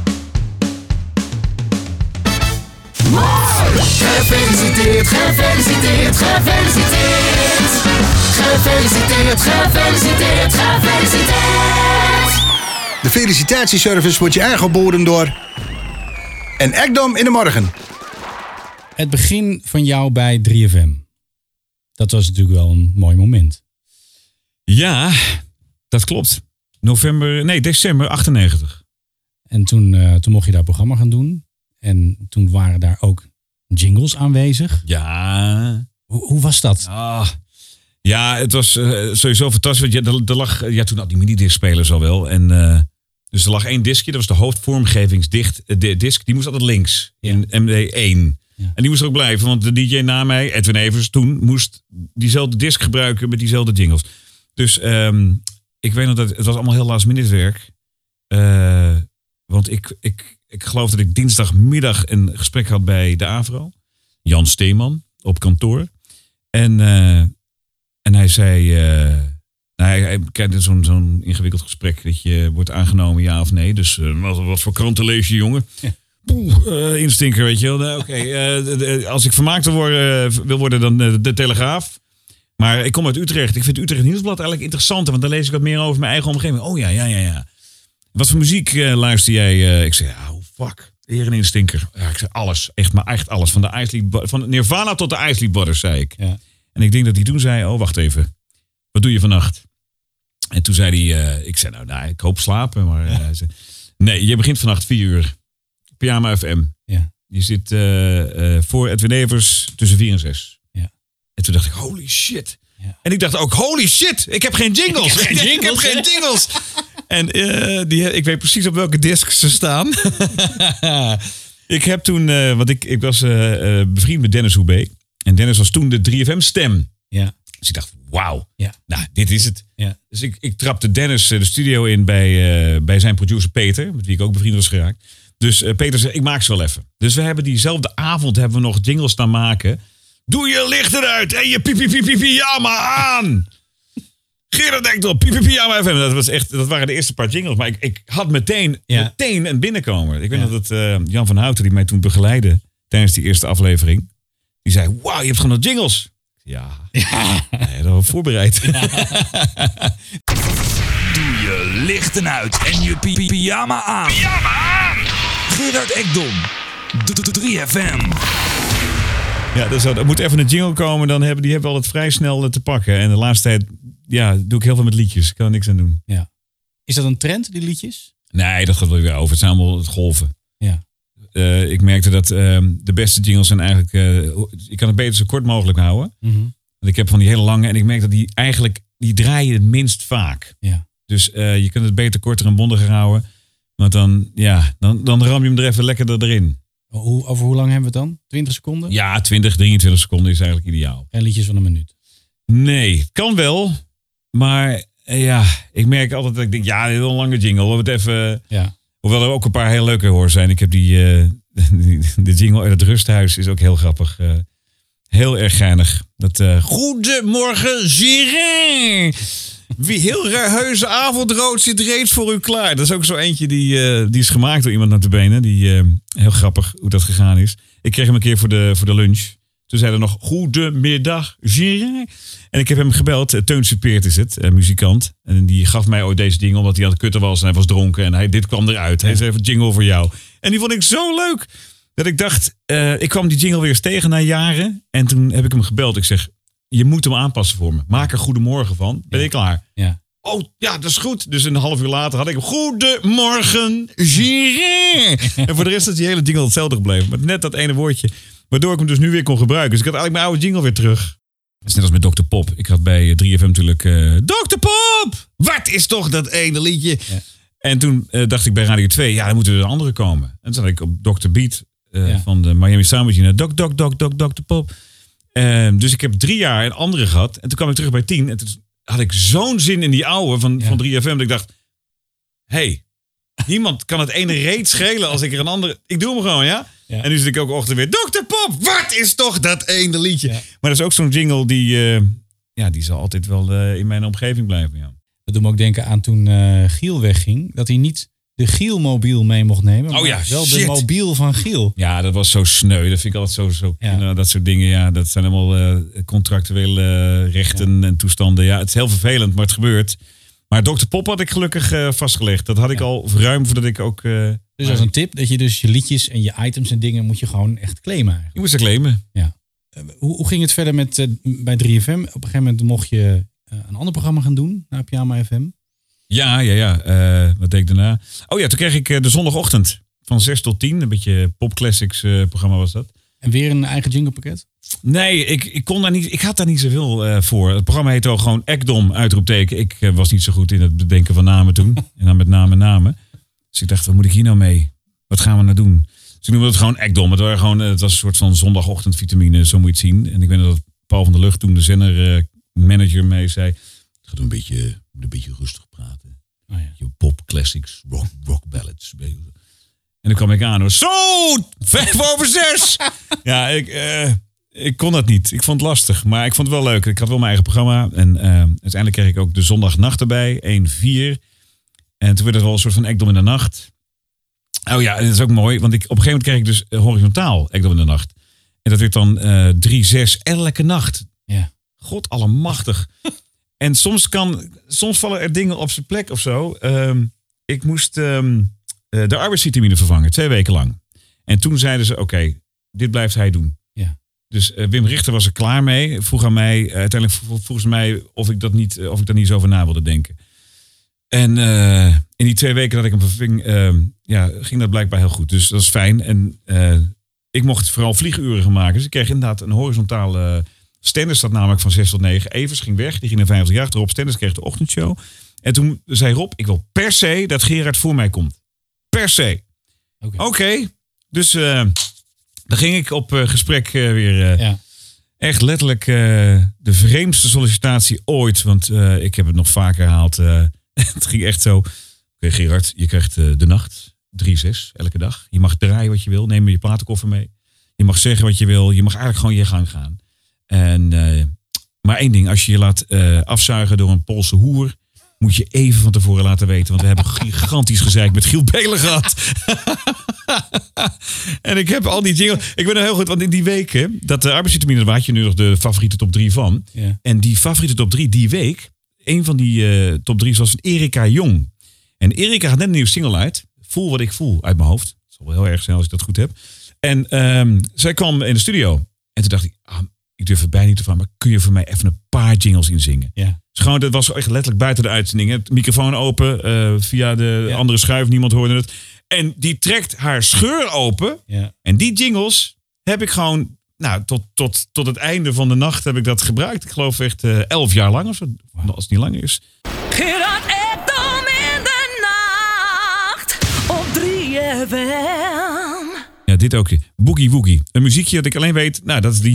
Gefeliciteerd, gefeliciteerd, gefeliciteerd. Gefeliciteerd, gefeliciteerd, gefeliciteerd. De felicitatieservice wordt je aangeboden door... En Ekdom in de morgen. Het begin van jou bij drie F M. Dat was natuurlijk wel een mooi moment. Ja, dat klopt. November, nee, december achtennegentig. En toen, uh, toen mocht je daar programma gaan doen. En toen waren daar ook jingles aanwezig. Ja. Hoe, hoe was dat? Ah, ja, het was uh, sowieso fantastisch. Want er, er lag, ja, toen had die minidisc-spelers al wel. En, uh, dus er lag één diskje. Dat was de hoofdvormgevingsdisk. De disc, die moest altijd links. In ja. M D één. Ja. En die moest er ook blijven. Want de D J na mij, Edwin Evers, toen moest diezelfde disc gebruiken met diezelfde jingles. Dus um, ik weet nog dat het was allemaal heel last minute werk. Uh, want ik... ik Ik geloof dat ik dinsdagmiddag een gesprek had bij de AVRO. Jan Steeman op kantoor. En, uh, en hij zei... Uh, nou, hij, hij kende zo'n, zo'n ingewikkeld gesprek. Dat je wordt aangenomen, ja of nee. Dus uh, wat, wat voor kranten lees je, jongen? Ja. Poeh, uh, instinker, weet je wel. Nou, Oké, okay, uh, als ik vermaakt wil worden, uh, wil worden dan uh, de Telegraaf. Maar ik kom uit Utrecht. Ik vind Utrecht Nieuwsblad eigenlijk interessanter. Want dan lees ik wat meer over mijn eigen omgeving. Oh ja, ja, ja, ja. Wat voor muziek uh, luister jij? Uh, ik zei, ja, oh, fuck. Eer in stinker. Ja, ik zei alles. Echt, maar echt alles. Van, de Isley, van Nirvana tot de Isley Brothers, zei ik. Ja. En ik denk dat hij toen zei, oh, wacht even. Wat doe je vannacht? En toen zei hij, uh, ik zei, nou, nou, ik hoop slapen. Maar uh, hij zei, nee, je begint vannacht vier uur. Pyjama F M. Ja. Je zit uh, uh, voor Edwin Evers tussen vier en zes. Ja. En toen dacht ik, holy shit. Ja. En ik dacht ook, holy shit, ik heb geen jingles. Ik heb geen jingles. ik heb geen jingles. En uh, die, ik weet precies op welke discs ze staan. ik heb toen, uh, want ik, ik was uh, uh, bevriend met Dennis Hoebe. En Dennis was toen de drie F M stem. Ja. Dus ik dacht, wauw, ja. nou, dit is het. Ja. Dus ik, ik trapte Dennis de studio in bij, uh, bij zijn producer Peter, met wie ik ook bevriend was geraakt. Dus uh, Peter zei, ik maak ze wel even. Dus we hebben diezelfde avond hebben we nog jingles staan maken. Doe je licht eruit en je pipi pipi pyjama aan. Gerard Ekdom, pipi pyjama F M. Dat was echt, dat waren de eerste paar jingles. Maar ik, ik had meteen, ja. meteen een binnenkomer. Ik weet ja. nog dat uh, Jan van Houten, die mij toen begeleidde tijdens die eerste aflevering, die zei, wauw, je hebt gewoon nog jingles. Ja, ja. Nee, dat was voorbereid. Ja. Doe je lichten uit en je pi- pyjama aan. Pyjama aan. Gerard Ekdom, drie F M. Ja, dus er moet even een jingle komen. Dan hebben die hebben we altijd vrij snel te pakken. En de laatste tijd ja, doe ik heel veel met liedjes. Ik kan er niks aan doen. Ja. Is dat een trend, die liedjes? Nee, dat gaat wel weer over. Het zijn allemaal het golven. Ja. Uh, ik merkte dat uh, de beste jingles zijn eigenlijk... Uh, je kan het beter zo kort mogelijk houden. Mm-hmm. Want ik heb van die hele lange... En ik merk dat die eigenlijk... Die draaien het minst vaak. Ja. Dus uh, je kunt het beter korter en bondiger houden. Want dan, ja, dan, dan ram je hem er even lekkerder erin. Hoe, over hoe lang hebben we het dan? twintig seconden? Ja, twintig, drieëntwintig seconden is eigenlijk ideaal. En liedjes van een minuut? Nee, kan wel. Maar ja, ik merk altijd dat ik denk... Ja, dit is wel een lange jingle. We het even... Ja. Hoewel er ook een paar heel leuke hoor zijn. Ik heb die... Uh, de jingle uit het rusthuis is ook heel grappig. Uh, heel erg geinig. Dat, uh, Goedemorgen, Girin. Wie heel heuse avondrood zit reeds voor u klaar. Dat is ook zo eentje die, uh, die is gemaakt door iemand naar de benen. Die, uh, heel grappig hoe dat gegaan is. Ik kreeg hem een keer voor de, voor de lunch. Toen zei hij nog, goedemiddag, Girin. En ik heb hem gebeld. Teun Supeert is het, uh, muzikant. En die gaf mij ooit deze ding omdat hij aan het kutten was en hij was dronken. En hij, dit kwam eruit. Hij zei even jingle voor jou. En die vond ik zo leuk. Dat ik dacht, uh, ik kwam die jingle weer eens tegen na jaren. En toen heb ik hem gebeld. Ik zeg, je moet hem aanpassen voor me. Maak er goedemorgen van. Ben ja. ik klaar? Ja. Oh, ja, dat is goed. Dus een half uur later had ik hem. Goedemorgen, Girin. En voor de rest is die hele jingle hetzelfde gebleven. Maar net dat ene woordje. Waardoor ik hem dus nu weer kon gebruiken. Dus ik had eigenlijk mijn oude jingle weer terug. Dat is net als met dokter Pop. Ik had bij drie F M natuurlijk... Uh, dokter Pop! Wat is toch dat ene liedje? Ja. En toen uh, dacht ik bij Radio twee... Ja, dan moeten er een andere komen. En toen zat ik op dokter Beat... Uh, ja. van de Miami Sound Machine. Dok, dok, dok, dok, dokter Pop. Uh, dus ik heb drie jaar een andere gehad. En toen kwam ik terug bij tien. En toen had ik zo'n zin in die oude van, ja. van drie F M. Dat ik dacht... Hey, niemand kan het ene reet schelen als ik er een andere... Ik doe hem gewoon, ja? Ja. En nu zit ik ook ochtend weer... dokter Pop, wat is toch dat ene liedje? Ja. Maar dat is ook zo'n jingle die... Uh, ja, die zal altijd wel uh, in mijn omgeving blijven, ja. Dat doet me ook denken aan toen uh, Giel wegging. Dat hij niet de Giel-mobiel mee mocht nemen. Maar oh ja, wel shit. de mobiel van Giel. Ja, dat was zo sneu. Dat vind ik altijd zo... zo ja. nou, dat soort dingen, ja. Dat zijn allemaal uh, contractuele uh, rechten ja. en toestanden. Ja, het is heel vervelend, maar het gebeurt. Maar dokter Pop had ik gelukkig uh, vastgelegd. Dat had ik ja. al ruim voordat ik ook... Uh, dus als een tip, dat je dus je liedjes en je items en dingen moet je gewoon echt claimen. Eigenlijk. Je moest ze claimen. Ja. Uh, hoe, hoe ging het verder met uh, bij drie F M? Op een gegeven moment mocht je uh, een ander programma gaan doen, naar Pyjama F M. Ja, ja, ja. Uh, wat deed ik daarna? Oh ja, toen kreeg ik uh, de zondagochtend van zes tot tien. Een beetje Pop Classics uh, programma was dat. En weer een eigen jinglepakket? Nee, ik, ik, kon daar niet, ik had daar niet zoveel uh, voor. Het programma heette al gewoon Ekdom, uitroepteken. Ik uh, was niet zo goed in het bedenken van namen toen. En dan met name namen. Dus ik dacht, wat moet ik hier nou mee? Wat gaan we nou doen? Dus ik noemde het gewoon Ekdom. Het, waren gewoon, het was een soort van zondagochtendvitamine, zo moet je het zien. En ik weet dat Paul van der Lucht toen de zender uh, manager mee zei... Het gaat een beetje, een beetje rustig praten. Oh ja. Je pop classics, rock, rock ballads. En dan kwam ik aan. Zo, vijf over zes. Ja, ik, uh, ik kon dat niet. Ik vond het lastig. Maar ik vond het wel leuk. Ik had wel mijn eigen programma. En uh, uiteindelijk kreeg ik ook de zondagnacht erbij. één vier. En toen werd het wel een soort van Ekdom in de nacht. Oh ja, dat is ook mooi. Want ik, op een gegeven moment kreeg ik dus horizontaal Ekdom in de nacht. En dat werd dan uh, drie zes elke nacht. Ja. God allemachtig. En soms, kan, soms vallen er dingen op zijn plek of zo. Um, ik moest um, de arbeidsvitamine vervangen, twee weken lang. En toen zeiden ze, oké, okay, dit blijft hij doen. Ja. Dus uh, Wim Richter was er klaar mee. Vroeg aan mij, uh, uiteindelijk vroeg ze mij of ik dat niet, uh, of ik daar niet zo over na wilde denken. En uh, in die twee weken dat ik hem verving, uh, ja, ging dat blijkbaar heel goed. Dus dat is fijn. En uh, ik mocht vooral vlieguren gaan maken. Dus ik kreeg inderdaad een horizontale... Uh, Stenders zat namelijk van zes tot negen. Evers ging weg, die ging naar vijftig jaar. Rob Stenders kreeg de ochtendshow. En toen zei Rob, ik wil per se dat Gerard voor mij komt. Per se. Oké. Okay. Okay. Dus uh, dan ging ik op uh, gesprek uh, weer... Uh, ja. Echt letterlijk uh, de vreemdste sollicitatie ooit. Want uh, ik heb het nog vaker herhaald. Uh, het ging echt zo. Oké, okay, Gerard, je krijgt uh, de nacht. drie zes, elke dag. Je mag draaien wat je wil. Neem je platenkoffer mee. Je mag zeggen wat je wil. Je mag eigenlijk gewoon je gang gaan. En, uh, maar één ding, als je je laat uh, afzuigen door een Poolse hoer, moet je even van tevoren laten weten. Want we hebben gigantisch gezeik met Giel Belen gehad. En ik heb al die jingles. Ik ben er heel goed, want in die weken, dat de arbeidsvitamine, daar had je nu nog de favoriete top drie van. Ja. En die favoriete top drie die week, een van die uh, top drie was van Erika Jong. En Erika had net een nieuwe single uit. Voel wat ik voel uit mijn hoofd. Dat zal wel heel erg zijn als ik dat goed heb. En um, zij kwam in de studio. En toen dacht ik, ah, ik durf het bijna niet te vragen, maar kun je voor mij even een paar jingles inzingen? Ja. Dus gewoon, dat was echt letterlijk buiten de uitzending. Het microfoon open, uh, via de ja. andere schuif, niemand hoorde het. En die trekt haar scheur open. Ja. En die jingles heb ik gewoon, nou, tot, tot, tot het einde van de nacht heb ik dat gebruikt. Ik geloof echt uh, elf jaar lang of zo, wow. Als het niet langer is. Gerard Ekdom in de nacht op drie F M. Ja, dit ook. Boogie Woogie. Een muziekje dat ik alleen weet. Nou, dat is die.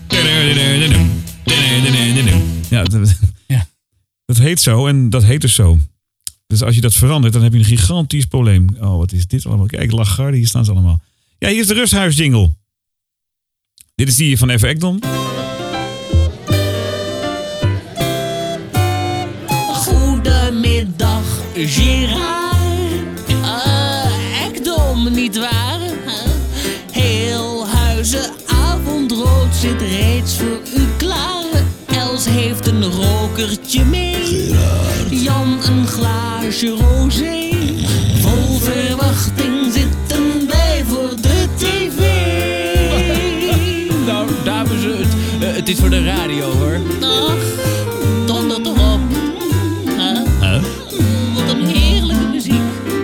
Ja, dat, ja. dat heet zo en dat heet dus zo. Dus als je dat verandert, dan heb je een gigantisch probleem. Oh, wat is dit allemaal? Kijk, Lagarde, hier staan ze allemaal. Ja, hier is de Rusthuis-jingle. Dit is die van Even Ekdom. Goedemiddag, Gerard. Uh, Ekdom, nietwaar? Heel Huizen avondrood zit reeds voor u klaar. Els heeft een rokertje mee. Gerard. Jan een glaasje rosé. Vol verwachting zitten wij voor de tv. Nou, dames, het, uh, het is voor de radio, hoor. Ach, donder toch op. Huh? Huh? Wat een heerlijke muziek.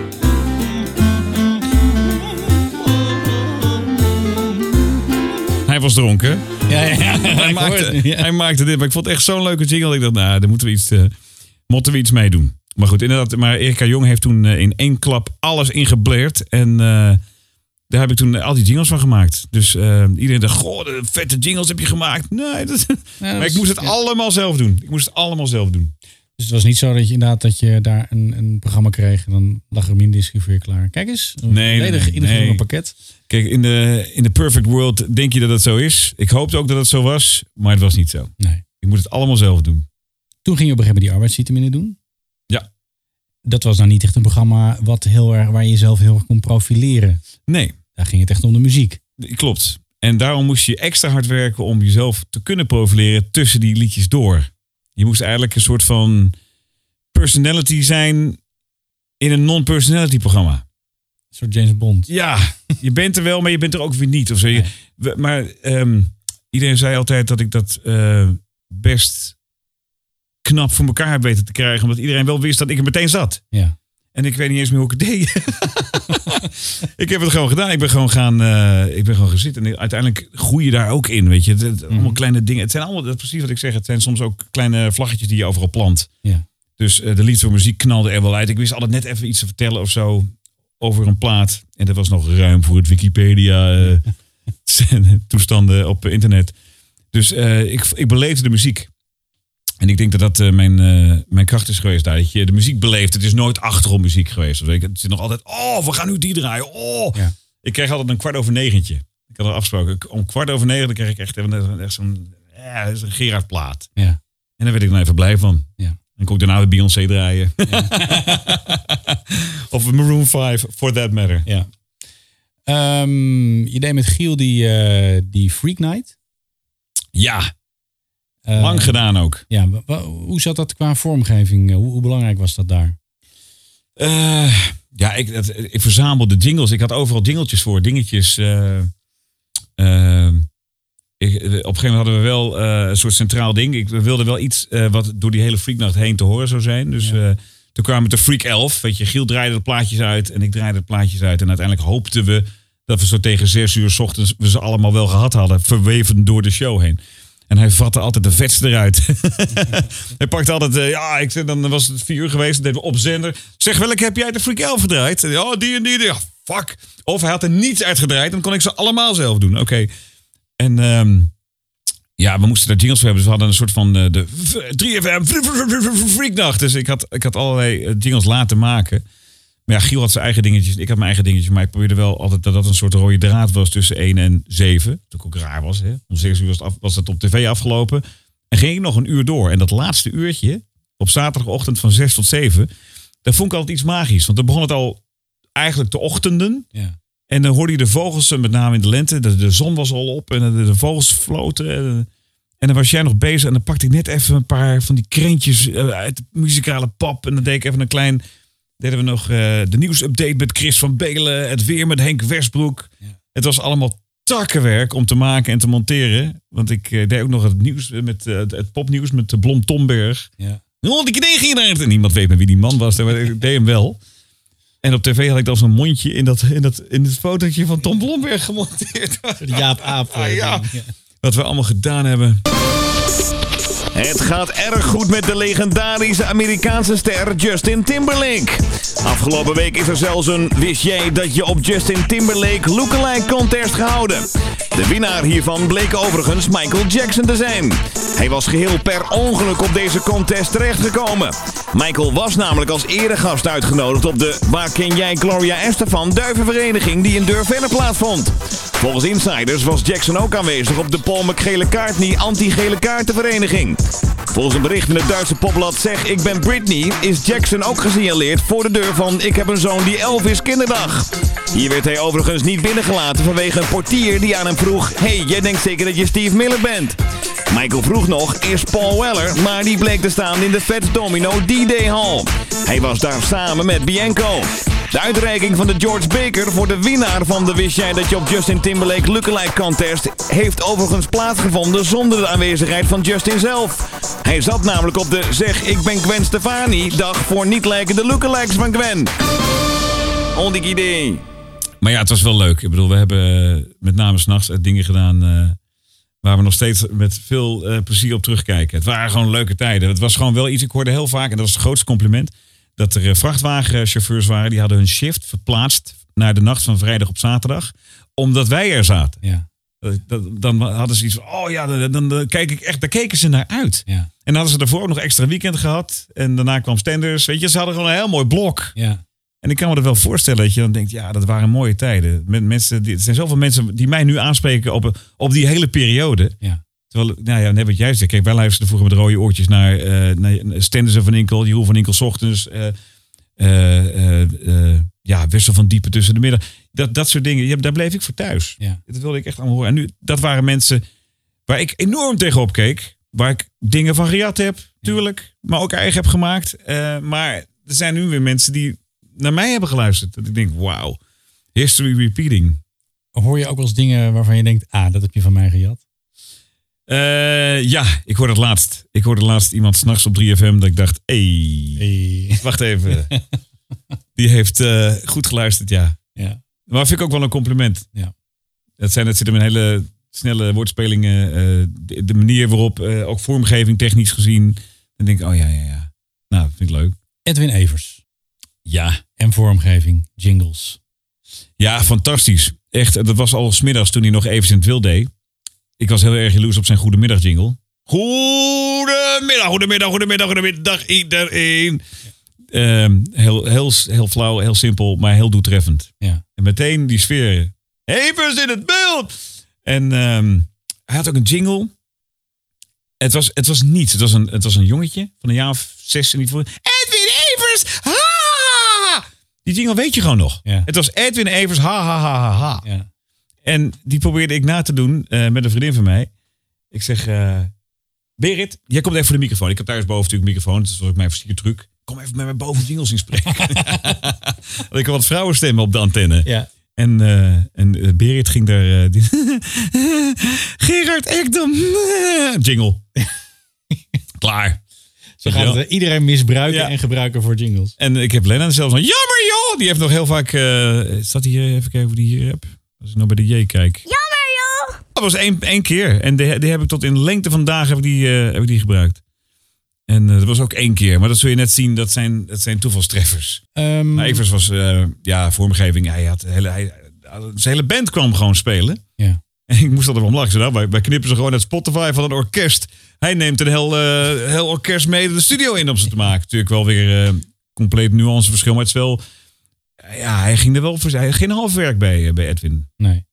Hij was dronken. Ja, ja, ja. hij, maakte, ja. hij maakte dit. Maar ik vond het echt zo'n leuke jingle. Ik dacht, nou, daar moeten we iets, uh, moeten we iets mee doen. Maar goed, inderdaad. Maar Erika Jong heeft toen uh, in één klap alles ingebleerd. En uh, daar heb ik toen al die jingles van gemaakt. Dus uh, iedereen dacht, goh, de vette jingles heb je gemaakt. Nee, dat, ja, maar dat ik moest het ja. allemaal zelf doen. Ik moest het allemaal zelf doen. Dus het was niet zo dat je inderdaad dat je daar een, een programma kreeg en dan lag er minder disc weer klaar. Kijk eens, een nee, volledig nee, ingevuld nee. pakket. Kijk, in de, in de perfect world denk je dat het zo is. Ik hoopte ook dat het zo was, maar het was niet zo. Nee. Je moet het allemaal zelf doen. Toen ging je op een gegeven moment die arbeidsvitamine doen. Ja. Dat was nou niet echt een programma wat heel erg, waar je jezelf heel erg kon profileren. Nee. Daar ging het echt om de muziek. Klopt. En daarom moest je extra hard werken om jezelf te kunnen profileren tussen die liedjes door. Je moest eigenlijk een soort van personality zijn in een non-personality programma. Een soort James Bond. Ja, je bent er wel, maar je bent er ook weer niet. Of zo. Nee. Maar um, iedereen zei altijd dat ik dat uh, best knap voor elkaar heb weten te krijgen. Omdat iedereen wel wist dat ik er meteen zat. Ja. En ik weet niet eens meer hoe ik het deed. Ik heb het gewoon gedaan. Ik ben gewoon gaan, uh, ik ben gewoon gaan zitten. En uiteindelijk groei je daar ook in. Weet je, het, het, allemaal mm. kleine dingen. Het zijn allemaal, dat is precies wat ik zeg. Het zijn soms ook kleine vlaggetjes die je overal plant. Ja. Dus uh, de lied voor muziek knalde er wel uit. Ik wist altijd net even iets te vertellen of zo over een plaat. En dat was nog ruim voor het Wikipedia uh, toestanden op internet. Dus uh, ik, ik beleefde de muziek. En ik denk dat dat uh, mijn, uh, mijn kracht is geweest daar. Dat je de muziek beleeft. Het is nooit achtergrondmuziek geweest. Dus het zit nog altijd, oh, we gaan nu die draaien. Oh. Ja. Ik kreeg altijd een kwart over negentje. Ik had er afgesproken. Om kwart over negen dan kreeg ik echt, echt zo'n ja, een Gerard plaat. Ja. En daar werd ik dan even blij van. Ja. Dan kon ik daarna weer Beyoncé draaien. Ja. Of Maroon vijf, for that matter. Ja. Um, je deed met Giel die, uh, die Freak Night. Ja. Uh, Lang gedaan ook. Ja, w- w- hoe zat dat qua vormgeving? Hoe, hoe belangrijk was dat daar? Uh, ja, ik, dat, ik verzamelde jingles. Ik had overal jingeltjes voor, dingetjes. Uh, uh, ik, op een gegeven moment hadden we wel uh, een soort centraal ding. Ik wilde wel iets uh, wat door die hele Freaknacht heen te horen zou zijn. Dus ja. uh, toen kwamen de Freak elf. Weet je, Giel draaide de plaatjes uit en ik draaide de plaatjes uit. En uiteindelijk hoopten we dat we zo tegen zes uur 's ochtends we ze allemaal wel gehad hadden. Verweven door de show heen. En hij vatte altijd de vetste eruit. Hij pakte altijd, uh, ja, ik zeg, dan was het vier uur geweest. Dan deden we op zender. Zeg, welke heb jij de Freak elf gedraaid? Ja, oh, die en die. Ja, fuck. Of hij had er niets uitgedraaid. Dan kon ik ze allemaal zelf doen. Oké. Okay. En um, ja, we moesten daar jingles voor hebben. Dus we hadden een soort van uh, de drie F M Freaknacht. Dus ik had, ik had allerlei jingles laten maken. Maar ja, Giel had zijn eigen dingetjes. Ik had mijn eigen dingetjes. Maar ik probeerde wel altijd dat dat een soort rode draad was tussen één en zeven. Dat ook raar was. Hè? Om zes uur was het, af, was het op tv afgelopen. En ging ik nog een uur door. En dat laatste uurtje, op zaterdagochtend van zes tot zeven. Daar vond ik altijd iets magisch. Want dan begon het al eigenlijk te ochtenden. Ja. En dan hoorde je de vogels, met name in de lente. De, de zon was al op en de, de vogels floten. En, en dan was jij nog bezig. En dan pakte ik net even een paar van die krentjes uit de muzikale pap. En dan deed ik even een klein... Deden we nog uh, de nieuwsupdate met Chris van Belen. Het weer met Henk Westbroek. Ja. Het was allemaal takkenwerk om te maken en te monteren. Want ik uh, deed ook nog het nieuws met uh, het popnieuws met uh, Blom Tomberg. Ja. Oh, die kreeg je daar. En niemand weet meer wie die man was. Maar ik deed hem wel. En op tv had ik dan zo'n mondje in dat, in dat in het fotootje van Tom Blomberg gemonteerd. Jaap Aap. Ah, ja. Ja. Wat we allemaal gedaan hebben. Het gaat erg goed met de legendarische Amerikaanse ster Justin Timberlake. Afgelopen week is er zelfs een wist jij dat je op Justin Timberlake Lookalike Contest gehouden. De winnaar hiervan bleek overigens Michael Jackson te zijn. Hij was geheel per ongeluk op deze contest terechtgekomen. Michael was namelijk als eregast uitgenodigd op de Waar ken jij Gloria Estefan duivenvereniging die in Durvennen plaatsvond. Volgens insiders was Jackson ook aanwezig op de Paul McGele Kaartney anti-gele kaartenvereniging. Volgens een bericht in het Duitse popblad Zeg ik ben Britney is Jackson ook gesignaleerd voor de deur van Ik heb een zoon die elf is kinderdag. Hier werd hij overigens niet binnengelaten vanwege een portier die aan hem vroeg: hey, jij denkt zeker dat je Steve Miller bent? Michael vroeg nog, is Paul Weller, maar die bleek te staan in de Fats Domino D-Day Hall. Hij was daar samen met Bianco. De uitreiking van de George Baker voor de winnaar van de Wist jij dat je op Justin Timberlake Lookalike Contest heeft overigens plaatsgevonden zonder de aanwezigheid van Justin zelf. Hij zat namelijk op de Zeg ik ben Gwen Stefani dag voor niet lijkende lookalikes van Gwen. Ondik idee. Maar ja, het was wel leuk. Ik bedoel, we hebben met name 's nachts dingen gedaan uh, waar we nog steeds met veel uh, plezier op terugkijken. Het waren gewoon leuke tijden. Het was gewoon wel iets, ik hoorde heel vaak, en dat was het grootste compliment, dat er vrachtwagenchauffeurs waren, die hadden hun shift verplaatst naar de nacht van vrijdag op zaterdag, omdat wij er zaten. Ja. Dan hadden ze iets van, oh ja, dan, dan, dan kijk ik echt, daar keken ze naar uit. Ja. En dan hadden ze daarvoor ook nog extra weekend gehad. En daarna kwam Stenders, weet je, ze hadden gewoon een heel mooi blok. Ja. En ik kan me er wel voorstellen dat je dan denkt, ja, dat waren mooie tijden. Met mensen, er zijn zoveel mensen die mij nu aanspreken op, op die hele periode. Ja. Terwijl, nou ja, net wat jij zegt, kijk, wij luisterden vroeger met rode oortjes naar, uh, naar Stenders en Van Inkel, Jeroen van Inkel 's ochtends. Uh, uh, uh, uh, ja, Wessel van Diepen tussen de middag. Dat, dat soort dingen, ja, daar bleef ik voor thuis. Ja. Dat wilde ik echt allemaal horen. En nu, dat waren mensen waar ik enorm tegenop keek. Waar ik dingen van gejat heb, tuurlijk. Ja. Maar ook eigen heb gemaakt. Uh, maar er zijn nu weer mensen die naar mij hebben geluisterd. Dat ik denk, wauw, history repeating. Hoor je ook wel eens dingen waarvan je denkt, ah, dat heb je van mij gejat? Uh, ja, ik hoorde het laatst. Ik hoorde laatst iemand 's nachts op drie F M dat ik dacht, hey, hey. wacht even. Die heeft uh, goed geluisterd, ja. ja. Maar vind ik ook wel een compliment. Ja. Dat zijn, dat zit in een hele snelle woordspelingen. Uh, de, de manier waarop, uh, ook vormgeving technisch gezien. Dan denk ik, oh ja, ja, ja. Nou, vind ik leuk. Edwin Evers. Ja. En vormgeving, jingles. Ja, fantastisch. Echt, dat was al 's middags toen hij nog Evers in het Wild deed. Ik was heel erg jaloers op zijn goedemiddag jingle. Goedemiddag, goedemiddag, goedemiddag, goedemiddag iedereen. Ja. Um, heel, heel, heel flauw, heel simpel, maar heel doeltreffend. Ja. En meteen die sfeer. Evers in het beeld! En um, hij had ook een jingle. Het was, het was niets. Het was, een, het was een jongetje van een jaar of zes. En die voelde, Edwin Evers! Ha! Die jingle weet je gewoon nog. Ja. Het was Edwin Evers, ha, ha, ha, ha, ha. Ja. En die probeerde ik na te doen uh, met een vriendin van mij. Ik zeg, uh, Berit, jij komt even voor de microfoon. Ik heb thuis boven natuurlijk een microfoon. Dat was ook mijn versiertruc. kom even met mijn boven jingles in spreken. Ik had wat vrouwenstemmen op de antenne. Ja. En, uh, en uh, Berit ging daar... Uh, die Gerard Ekdom. Jingle. Klaar. Zo gaat het iedereen misbruiken ja. en gebruiken voor jingles. En ik heb Lennon zelfs nog... Jammer joh! Die heeft nog heel vaak... Uh, staat hier even kijken of die hier heb. Als ik nou bij de J kijk. Jammer joh! Dat was één, één keer. En die, die heb ik tot in de lengte van dagen heb ik die, uh, heb ik die gebruikt. En uh, dat was ook één keer. Maar dat zul je net zien. Dat zijn, dat zijn toevalstreffers. Um, maar Evers was... Uh, ja, vormgeving. Hij had hele, hij, zijn hele band kwam gewoon spelen. Ja. En ik moest altijd om lachen. Nou, wij, wij knippen ze gewoon uit Spotify van een orkest. Hij neemt een heel, uh, heel orkest mee de studio in om ze te maken. Natuurlijk wel weer uh, compleet nuanceverschil. Maar het is wel... Ja, hij ging er wel voor. Hij had geen half werk bij, uh, bij Edwin. Nee.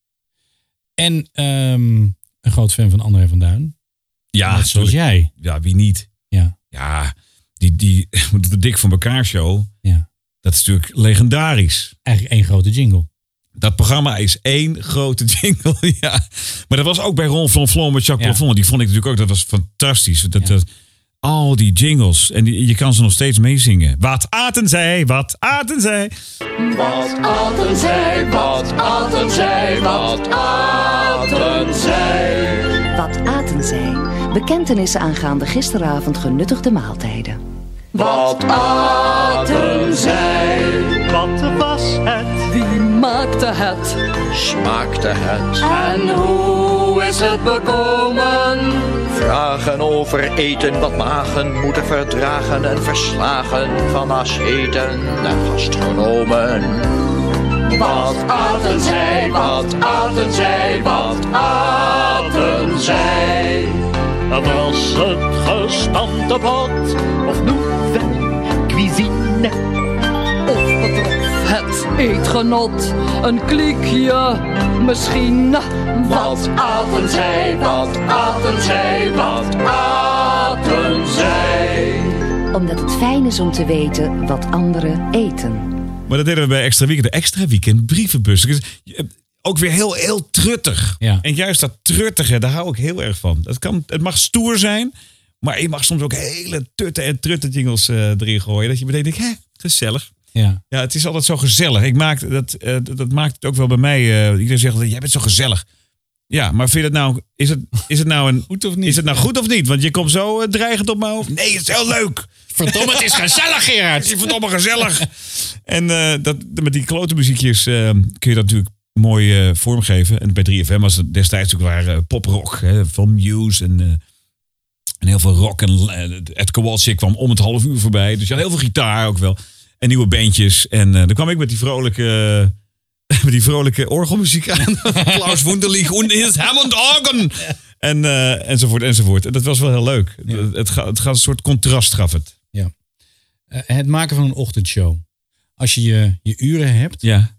En um, een groot fan van André van Duin. Ja, net zoals jij. Ja, wie niet? Ja. Ja, die, die de Dik van elkaar show. Ja. Dat is natuurlijk legendarisch. Eigenlijk één grote jingle. Dat programma is één grote jingle, ja. Maar dat was ook bij Ron Flonflon met Jacques ja. Plafond. Die vond ik natuurlijk ook, dat was fantastisch. Dat, ja. dat, al die jingles. En die, je kan ze nog steeds meezingen. Wat aten zij, wat aten zij. Wat aten zij, wat aten zij, wat aten zij. Wat aten zij? Bekentenissen aangaande gisteravond genuttigde maaltijden. Wat aten zij? Wat was het? Wie maakte het? Smaakte het? En hoe is het bekomen? Vragen over eten wat magen moeten verdragen en verslagen van asceten en gastronomen. Wat aten zij? Wat aten zij? Wat aten zij? Was het gestampte bot of nouvelle cuisine? Of betrof het eetgenot een kliekje misschien? Wat aten zij? Wat aten zij? Wat aten zij? Omdat het fijn is om te weten wat anderen eten. Maar dat deden we bij Extra Weekend. De Extra Weekend brievenbus. Ook weer heel, heel truttig. Ja. En juist dat truttige, daar hou ik heel erg van. Het, kan, het mag stoer zijn, maar je mag soms ook hele tutte en trutte jingles uh, erin gooien. Dat je meteen denkt, hè, gezellig. Ja. Ja, het is altijd zo gezellig. Ik maak, dat, uh, dat maakt het ook wel bij mij. Uh, iedereen zegt dat jij bent zo gezellig. Ja, maar vind je het nou, is het, is het nou een, goed of niet? Is het nou goed of niet? Want je komt zo uh, dreigend op mijn hoofd. Nee, het is heel leuk. Verdomme, het is gezellig, Gerard. Het is verdomme gezellig. En uh, dat, met die klote muziekjes uh, kun je dat natuurlijk mooi uh, vormgeven. En bij drie F M was het destijds ook waren uh, poprock. Hè, van Muse en, uh, en heel veel rock. En uh, Ed Kowalczyk kwam om het half uur voorbij. Dus je had heel veel gitaar ook wel. En nieuwe bandjes. En uh, dan kwam ik met die vrolijke... Uh, met die vrolijke orgelmuziek aan. Klaus Wunderlich und his Hammond organ. En, uh, enzovoort, enzovoort. En dat was wel heel leuk. Ja. Het, het, gaat, het gaat een soort contrast gaf het. Ja. Uh, het maken van een ochtendshow. Als je je, je uren hebt... Ja.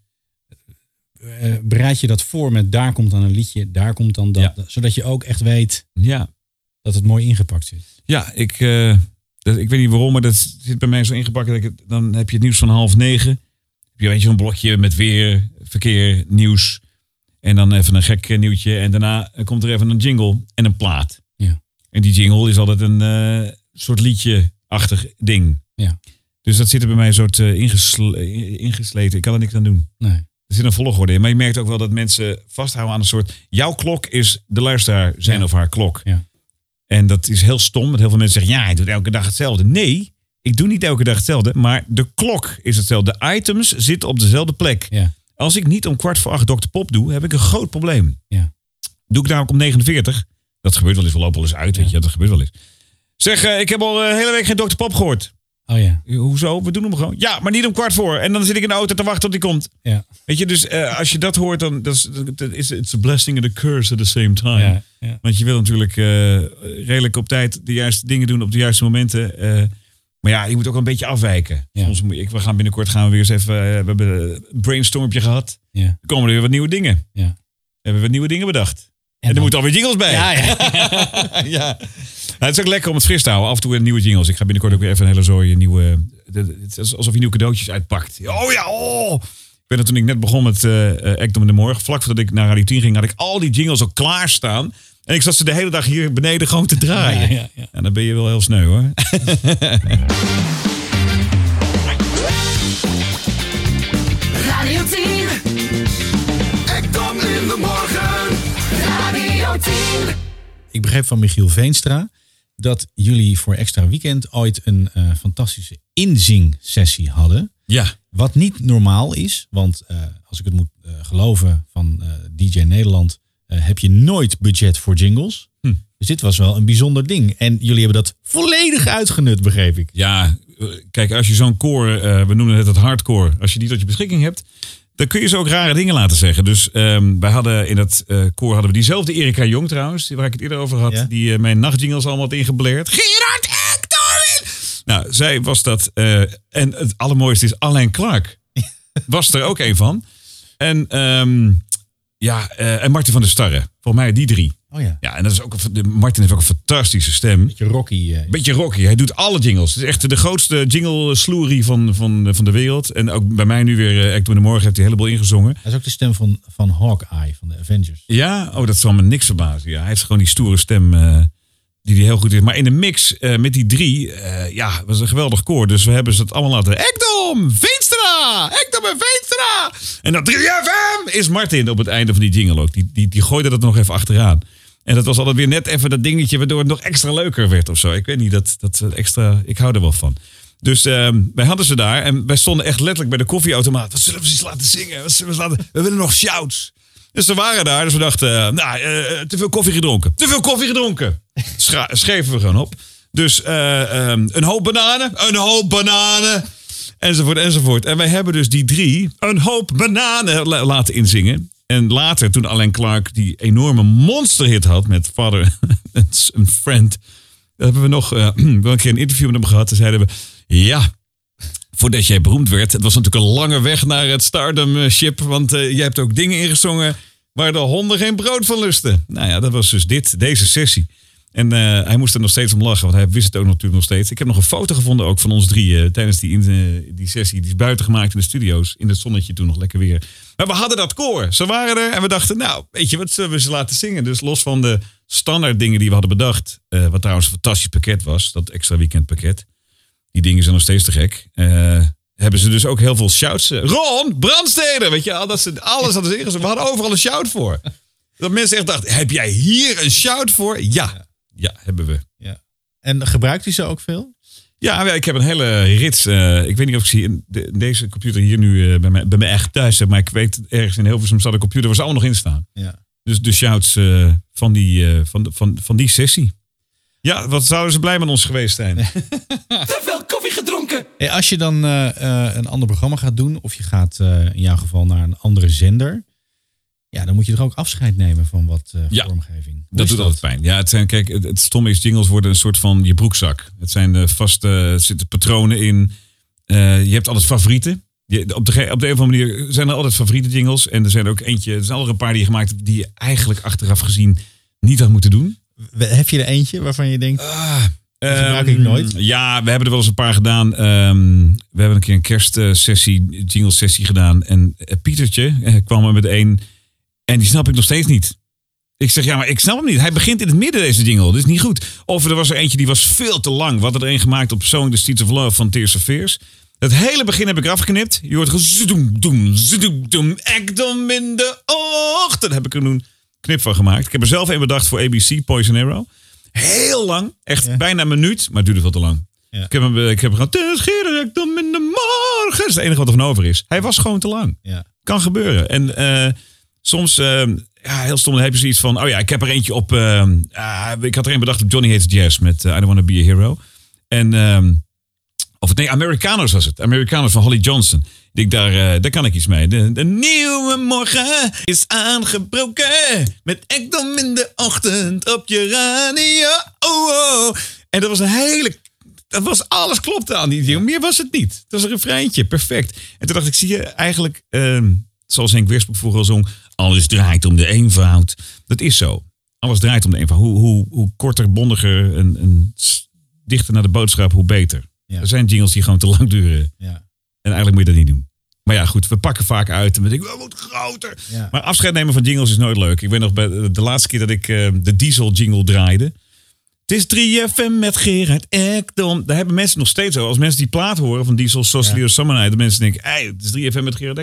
Uh, bereid je dat voor met daar komt dan een liedje, daar komt dan dat. Ja. Zodat je ook echt weet ja. dat het mooi ingepakt zit. Ja, ik, uh, dat, ik weet niet waarom, maar dat zit bij mij zo ingepakt. Dat ik, dan heb je het nieuws van half negen. Heb je weet je, zo'n blokje met weer, verkeer, nieuws. En dan even een gek nieuwtje. En daarna komt er even een jingle en een plaat. Ja. En die jingle is altijd een uh, soort liedje-achtig ding. Ja. Dus dat zit er bij mij een soort uh, ingesle- ingesleten. Ik kan er niks aan doen. Nee. Er zit een volgorde in. Maar je merkt ook wel dat mensen vasthouden aan een soort... Jouw klok is de luisteraar zijn ja. of haar klok. Ja. En dat is heel stom. Dat heel veel mensen zeggen... Ja, hij doet elke dag hetzelfde. Nee, ik doe niet elke dag hetzelfde. Maar de klok is hetzelfde. De items zitten op dezelfde plek. Ja. Als ik niet om kwart voor acht dokter Pop doe... heb ik een groot probleem. Ja. Doe ik namelijk om negenenveertig. Dat gebeurt wel eens. We lopen wel eens uit. Ja. Weet je, dat gebeurt wel eens. Zeg, uh, ik heb al de uh, hele week geen dokter Pop gehoord. Oh ja. Hoezo? We doen hem gewoon. Ja, maar niet om kwart voor. En dan zit ik in de auto te wachten tot hij komt. Ja. Weet je, dus uh, als je dat hoort, dan dat is, dat is it's a blessing and a curse at the same time. Ja, ja. Want je wil natuurlijk uh, redelijk op tijd de juiste dingen doen op de juiste momenten. Uh, maar ja, je moet ook een beetje afwijken. Ja. Soms moet ik, we gaan binnenkort gaan we weer eens even. Uh, we hebben een brainstormpje gehad. Ja. Er komen er weer wat nieuwe dingen. Ja. We hebben wat nieuwe dingen bedacht. En, en er moeten alweer jingles bij. Ja, ja. ja. Nou, het is ook lekker om het fris te houden. Af en toe een nieuwe jingles. Ik ga binnenkort ook weer even een hele zooi nieuwe... Het is alsof je nieuwe cadeautjes uitpakt. Oh ja, oh! Ik weet dat toen ik net begon met uh, Ekdom in de Morgen. Vlak voordat ik naar Radio tien ging, had ik al die jingles al klaarstaan. En ik zat ze de hele dag hier beneden gewoon te draaien. Ja, ja, ja. En dan ben je wel heel sneu hoor. Radio tien. Ekdom in de morgen. Radio tien. Ik begreep van Michiel Veenstra dat jullie voor Extra Weekend ooit een uh, fantastische inzingsessie hadden. Ja. Wat niet normaal is, want uh, als ik het moet uh, geloven van uh, D J Nederland, uh, heb je nooit budget voor jingles. Hm. Dus dit was wel een bijzonder ding. En jullie hebben dat volledig uitgenut, begreep ik. Ja, kijk, als je zo'n koor, uh, we noemen het het hardcore, als je die tot je beschikking hebt, dan kun je ze ook rare dingen laten zeggen. Dus um, wij hadden in dat uh, koor hadden we diezelfde Erika Jong trouwens, waar ik het eerder over had, ja? die uh, mijn nachtjingles allemaal had ingebleerd. Gerard Ekdom! Nou, zij was dat. Uh, en het allermooiste is Alain Clark. Was er ook een van. En um, ja, uh, en Martin van der Starre. Volgens mij die drie. Oh ja. Ja, en dat is ook een, Martin heeft ook een fantastische stem. Beetje rocky. Uh, Beetje rocky. Hij doet alle jingles. Het is echt de grootste jingle-sloerie van, van, van de wereld. En ook bij mij nu weer, uh, Ekdom in de morgen, heeft hij een heleboel gezongen. Hij is ook de stem van, van Hawkeye, van de Avengers. Ja, oh, dat zal me niks verbazen. Ja, hij heeft gewoon die stoere stem uh, die hij heel goed is. Maar in de mix uh, met die drie, uh, ja, was een geweldig koor. Dus we hebben ze het allemaal laten. Ekdom, Veenstra! Ekdom en Veenstra! En dat drie F M is Martin op het einde van die jingle ook. Die, die, die gooide dat nog even achteraan. En dat was altijd weer net even dat dingetje waardoor het nog extra leuker werd of zo. Ik weet niet, dat, dat extra, ik hou er wel van. Dus uh, wij hadden ze daar en wij stonden echt letterlijk bij de koffieautomaat. Wat zullen we eens laten zingen? Wat zullen we, laten... we willen nog shouts. Dus ze waren daar, dus we dachten, uh, nou, uh, te veel koffie gedronken. Te veel koffie gedronken. Schra- schreven we gewoon op. Dus uh, um, een hoop bananen, een hoop bananen, enzovoort, enzovoort. En wij hebben dus die drie een hoop bananen la- laten inzingen. En later, toen Alain Clark die enorme monsterhit had met Father and Friend, hebben we nog uh, wel een keer een interview met hem gehad. Toen zeiden we, ja, voordat jij beroemd werd, het was natuurlijk een lange weg naar het stardom-ship, want uh, jij hebt ook dingen ingezongen waar de honden geen brood van lusten. Nou ja, dat was dus dit, deze sessie. En uh, hij moest er nog steeds om lachen, want hij wist het ook natuurlijk nog steeds. Ik heb nog een foto gevonden ook van ons drieën tijdens die, uh, die sessie. Die is buiten gemaakt in de studio's, in het zonnetje toen nog lekker weer. Maar we hadden dat koor. Ze waren er en we dachten, nou, weet je, wat zullen we ze laten zingen? Dus los van de standaard dingen die we hadden bedacht, uh, wat trouwens een fantastisch pakket was, dat Extra Weekend pakket. Die dingen zijn nog steeds te gek. Uh, hebben ze dus ook heel veel shouts. Uh, Ron, Brandstede, weet je, dat ze alles hadden ze ingezet. We hadden overal een shout voor. Dat mensen echt dachten, heb jij hier een shout voor? Ja, ja, hebben we. Ja. En gebruikt u ze ook veel? Ja, ik heb een hele rits. Uh, ik weet niet of ik zie in de, deze computer hier nu uh, bij, mij, bij mij echt thuis heb. Maar ik weet ergens in Hilversum staat een computer waar ze allemaal nog in staan. Ja. Dus de shouts uh, van, die, uh, van, van, van die sessie. Ja, wat zouden ze blij met ons geweest zijn. Te veel koffie gedronken. Hey, als je dan uh, uh, een ander programma gaat doen, of je gaat uh, in jouw geval naar een andere zender, ja, dan moet je er ook afscheid nemen van wat uh, ja, vormgeving. Hoe dat doet dat? altijd pijn. Ja, het zijn, kijk, het, het stomme is, jingles worden een soort van je broekzak. Het zijn de vaste, er zitten patronen in. Uh, je hebt altijd favorieten. Je, op, de, op de een of andere manier zijn er altijd favoriete jingles. En er zijn er ook eentje, er zijn al een paar die je gemaakt hebt die je eigenlijk achteraf gezien niet had moeten doen. Heb je er eentje waarvan je denkt, uh, dat gebruik ik um, nooit? Ja, we hebben er wel eens een paar gedaan. Um, we hebben een keer een kerstsessie, jingle sessie gedaan. En uh, Pietertje uh, kwam er met één. En die snap ik nog steeds niet. Ik zeg, ja, maar ik snap hem niet. Hij begint in het midden, deze jingle. Dat is niet goed. Of er was er eentje die was veel te lang. We hadden er een gemaakt op Persoonlijk The Streets of Love van Tears of Fears. Het hele begin heb ik eraf geknipt. Je hoort gezoem, doem, zoem, doem, Ekdom in de ochtend. Daar heb ik er een knip van gemaakt. Ik heb er zelf een bedacht voor A B C, Poison Arrow. Heel lang. Echt ja. bijna een minuut. Maar het duurde veel te lang. Ja. Ik heb hem, ik heb hem gewoon... Het is Ekdom in de morgen. Dat is het enige wat er van over is. Hij was gewoon te lang. Ja. Kan gebeuren. En uh, soms... Uh, ja, heel stom. Dan heb je zoiets van... Oh ja, ik heb er eentje op... Uh, uh, ik had er een bedacht op Johnny Hates Jazz. Met uh, I Don't Wanna Be a Hero. En... Um, Of nee, Americanos was het. Americanos van Holly Johnson. Ik denk, daar, uh, daar kan ik iets mee. De, de nieuwe morgen is aangebroken. Met Ekdom in de ochtend op je radio. Oh, oh. En dat was een hele... Dat was alles klopte aan die ding. Meer was het niet. Het was een refreintje. Perfect. En toen dacht ik, zie je eigenlijk... Uh, zoals Henk Weerspoek vroeger al zong... Alles draait om de eenvoud. Dat is zo. Alles draait om de eenvoud. Hoe, hoe, hoe korter, bondiger en, en dichter naar de boodschap, hoe beter. Ja. Er zijn jingles die gewoon te lang duren. Ja. En eigenlijk moet je dat niet doen. Maar ja, goed, we pakken vaak uit en we denken, we moeten groter. Ja. Maar afscheid nemen van jingles is nooit leuk. Ik weet nog bij de laatste keer dat ik uh, de Diesel jingle draaide. Het is drie F M met Gerard Ekdom. Daar hebben mensen nog steeds zo. Als mensen die plaat horen van Diesel, Socially ja. or Summer Night, de mensen denken, hey, het is drie F M met Gerard Ekdom.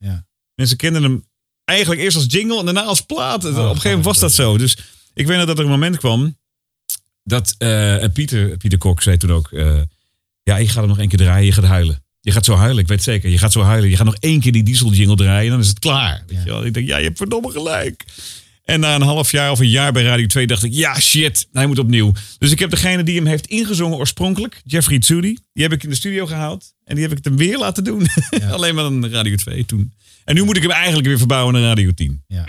Ja. Mensen kenden hem eigenlijk eerst als jingle en daarna als plaat. Oh, Op een gegeven moment was dat zo. Dus ik weet nog dat er een moment kwam dat uh, Pieter, Pieter Kok zei toen ook... Uh, ja, je gaat hem nog één keer draaien, je gaat huilen. Je gaat zo huilen, ik weet zeker. Je gaat zo huilen. Je gaat nog één keer die diesel jingle draaien en dan is het klaar. Weet ja. je wel? Ik denk, ja, je hebt verdomme gelijk. En na een half jaar of een jaar bij Radio twee dacht ik... ja, shit, hij moet opnieuw. Dus ik heb degene die hem heeft ingezongen oorspronkelijk... Jeffrey Tsudi, die heb ik in de studio gehaald. En die heb ik hem weer laten doen. Ja. Alleen maar aan Radio twee toen. En nu moet ik hem eigenlijk weer verbouwen naar Radio tien. Ja.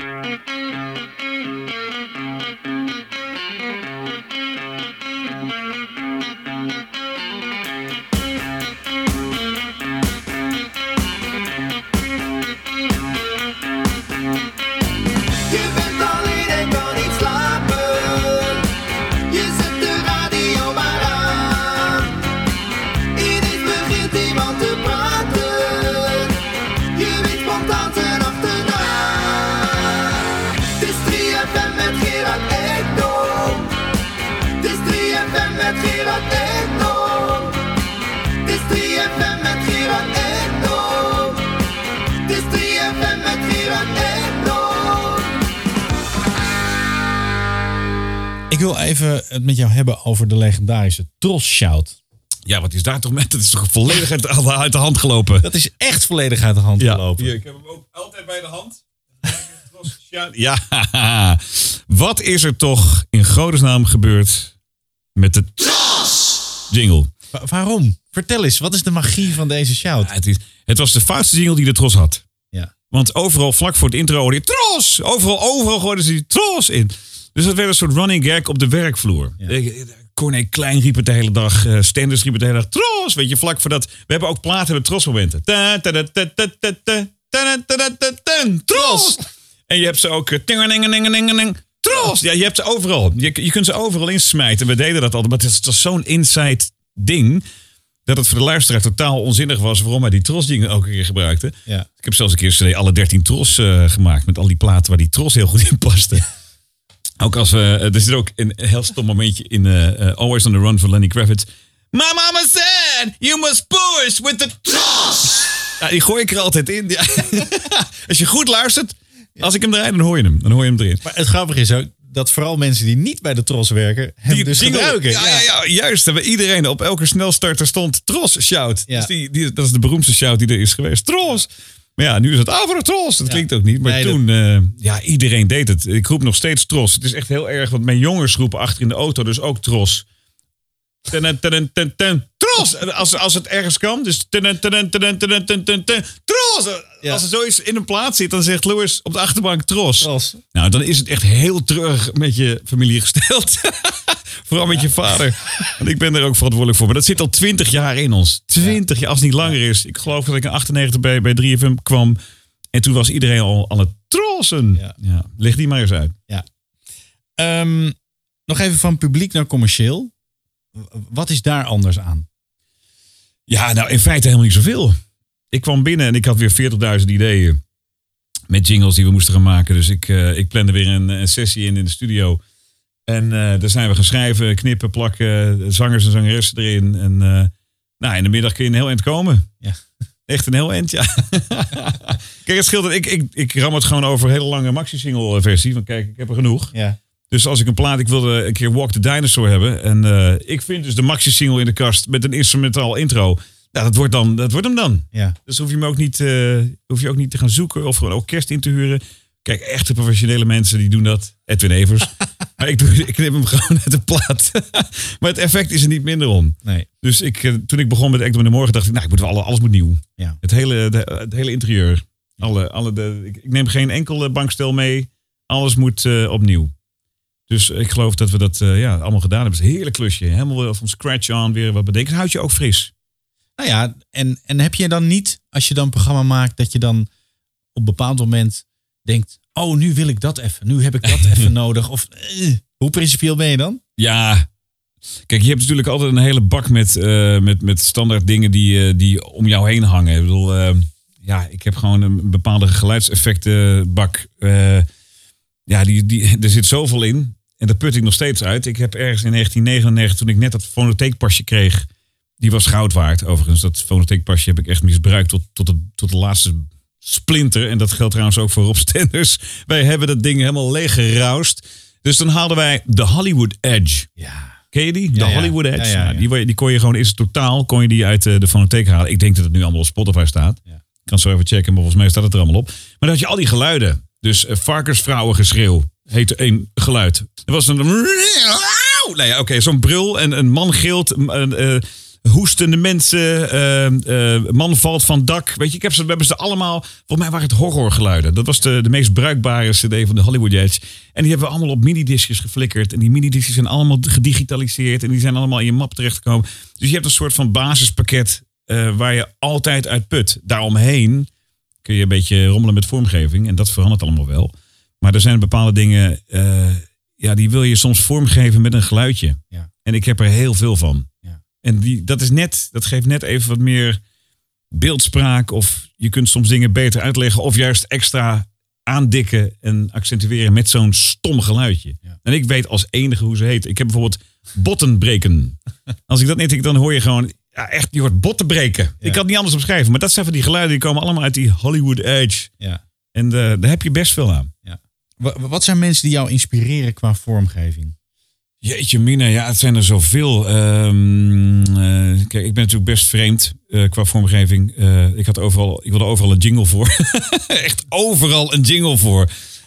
Ik wil even het met jou hebben over de legendarische Tros-shout. Ja, wat is daar toch met? Dat is toch volledig uit de hand gelopen? Dat is echt volledig uit de hand ja. gelopen. Hier, ik heb hem ook altijd bij de hand. Ja, wat is er toch in godesnaam gebeurd met de Tros jingle? Wa- waarom? Vertel eens, wat is de magie van deze shout? Ja, het, is, het was de foutste jingle die de Tros had. Ja. Want overal, vlak voor het intro, hoorde je Tros! Overal, overal gooiden ze die Tros in. Dus dat werd een soort running gag op de werkvloer. Ja. Corné Klein riep het de hele dag. Uh, Stenders riep het de hele dag. Tros! Weet je, vlak voordat... We hebben ook platen met Tros-momenten. Tros! En je hebt ze ook... Tros! Ja, je hebt ze overal. Je, je kunt ze overal insmijten. We deden dat altijd. Maar het was zo'n inside ding... dat het voor de luisteraar totaal onzinnig was... waarom hij die Tros-dingen elke keer gebruikte. Ja. Ik heb zelfs een keer alle dertien Tros uh, gemaakt... met al die platen waar die Tros heel goed in paste. Ook als we... Er zit ook een heel stom momentje in... Uh, uh, Always on the Run van Lenny Kravitz. My mama said you must push with the Tros! Ja, die gooi ik er altijd in. Ja. Als je goed luistert... Als ik hem draai, dan hoor je hem. Dan hoor je hem erin. Maar het grappige is ook... dat vooral mensen die niet bij de Tros werken... hem die dus jingle, gebruiken. Ja, ja, ja, juist. Iedereen op elke snelstarter stond Tros-shout. Ja. Dus die, die, dat is de beroemdste shout die er is geweest. Tros! Maar ja, nu is het ah voor de Tros. Dat ja. klinkt ook niet. Maar nee, toen, dat... uh, ja, iedereen deed het. Ik roep nog steeds Tros. Het is echt heel erg, want mijn jongens roepen achter in de auto dus ook Tros. Ten, ten, ten, ten, Tros! Als, als het ergens kan. Dus ten, ten, ten, ten, ten, ten, ten, ten, Tros! Ja. Als er zoiets in een plaats zit, dan zegt Louis op de achterbank Tros. Tros. Nou, dan is het echt heel terug met je familie gesteld. Vooral met ja. je vader. Want ik ben er ook verantwoordelijk voor. Maar dat zit al twintig jaar in ons. twintig jaar, als het niet langer is. Ik geloof dat ik in achtennegentig bij, bij drie F M kwam. En toen was iedereen al aan het trossen. Ja. Ja. Leg die maar eens uit. Ja. Um, nog even van publiek naar commercieel. Wat is daar anders aan? Ja, nou in feite helemaal niet zoveel. Ik kwam binnen en ik had weer veertigduizend ideeën. Met jingles die we moesten gaan maken. Dus ik, uh, ik plande weer een, een sessie in in de studio. En uh, daar zijn we gaan schrijven, knippen, plakken. Zangers en zangeressen erin. En uh, nou, in de middag kun je een heel eind komen. Ja. Echt een heel eind, ja. Kijk, het scheelt. Ik, ik, ik ram het gewoon over een hele lange maxi-single versie. Want kijk, ik heb er genoeg. Ja. Dus als ik een plaat, ik wilde een keer Walk the Dinosaur hebben. En uh, ik vind dus de maxi-single in de kast met een instrumentaal intro. Ja, dat wordt, dan, dat wordt hem dan. Ja. Dus hoef je hem ook niet, uh, hoef je ook niet te gaan zoeken of gewoon orkest in te huren. Kijk, echte professionele mensen die doen dat. Edwin Evers. Maar ik, doe, ik knip hem gewoon uit de plaat. Maar het effect is er niet minder om. Nee. Dus ik, uh, toen ik begon met Ekdom in de Morgen dacht ik, nou, ik moet wel, alles moet nieuw. Ja. Het, hele, de, het hele interieur. Alle, alle de, ik, ik neem geen enkel bankstel mee. Alles moet uh, opnieuw. Dus ik geloof dat we dat uh, ja, allemaal gedaan hebben. Het is een heerlijk klusje. Helemaal van scratch aan weer wat bedenken. Houd je ook fris. Nou ja, en, en heb je dan niet, als je dan een programma maakt, dat je dan op een bepaald moment denkt, oh, nu wil ik dat even. Nu heb ik dat even nodig. Of uh, hoe principieel ben je dan? Ja, kijk, je hebt natuurlijk altijd een hele bak met, uh, met, met standaard dingen die, uh, die om jou heen hangen. Ik bedoel, uh, ja, ik heb gewoon een bepaalde geluidseffectenbak. Uh, ja, die, die, er zit zoveel in. En dat put ik nog steeds uit. Ik heb ergens in negentien negenennegentig, toen ik net dat fonotheekpasje kreeg, die was goud waard. Overigens, dat fonotheekpasje heb ik echt misbruikt tot, tot, de, tot de laatste Splinter. En dat geldt trouwens ook voor Rob Stenders. Wij hebben dat ding helemaal leeg geroust. Dus dan haalden wij de Hollywood Edge. Ja. Ken je die? De Ja, ja. Hollywood Edge. Ja, ja, ja. Nou, die, die kon je gewoon, is het totaal, kon je die uit de, de fonotheek halen. Ik denk dat het nu allemaal op Spotify staat. Ja. Ik kan het zo even checken, maar volgens mij staat het er allemaal op. Maar dan had je al die geluiden. Dus uh, varkensvrouwengeschreeuw heette één geluid. Er was een... Nou ja, oké, okay, zo'n brul en een man gilt, een uh, hoestende mensen, uh, uh, man valt van dak. Weet je, ik heb ze, we hebben ze allemaal, volgens mij waren het horrorgeluiden. Dat was de, de meest bruikbare cd van de Hollywood Edge. En die hebben we allemaal op minidiscjes geflikkerd. En die minidiscjes zijn allemaal gedigitaliseerd en die zijn allemaal in je map terechtgekomen. Dus je hebt een soort van basispakket uh, waar je altijd uit put. Daaromheen kun je een beetje rommelen met vormgeving en dat verandert allemaal wel. Maar er zijn bepaalde dingen... Uh, Ja, die wil je soms vormgeven met een geluidje. Ja. En ik heb er heel veel van. Ja. En die, dat is net, dat geeft net even wat meer beeldspraak. Of je kunt soms dingen beter uitleggen. Of juist extra aandikken en accentueren met zo'n stom geluidje. Ja. En ik weet als enige hoe ze heet. Ik heb bijvoorbeeld botten breken. Als ik dat niet denk, dan hoor je gewoon... Ja, echt, je hoort botten breken. Ja. Ik kan het niet anders omschrijven. Maar dat zijn van die geluiden, die komen allemaal uit die Hollywood Edge. Ja. En uh, daar heb je best veel aan. Ja. Wat zijn mensen die jou inspireren qua vormgeving? Jeetje mina, ja, het zijn er zoveel. Um, uh, kijk, ik ben natuurlijk best vreemd uh, qua vormgeving. Uh, ik had overal, ik wilde overal een jingle voor. Echt overal een jingle voor.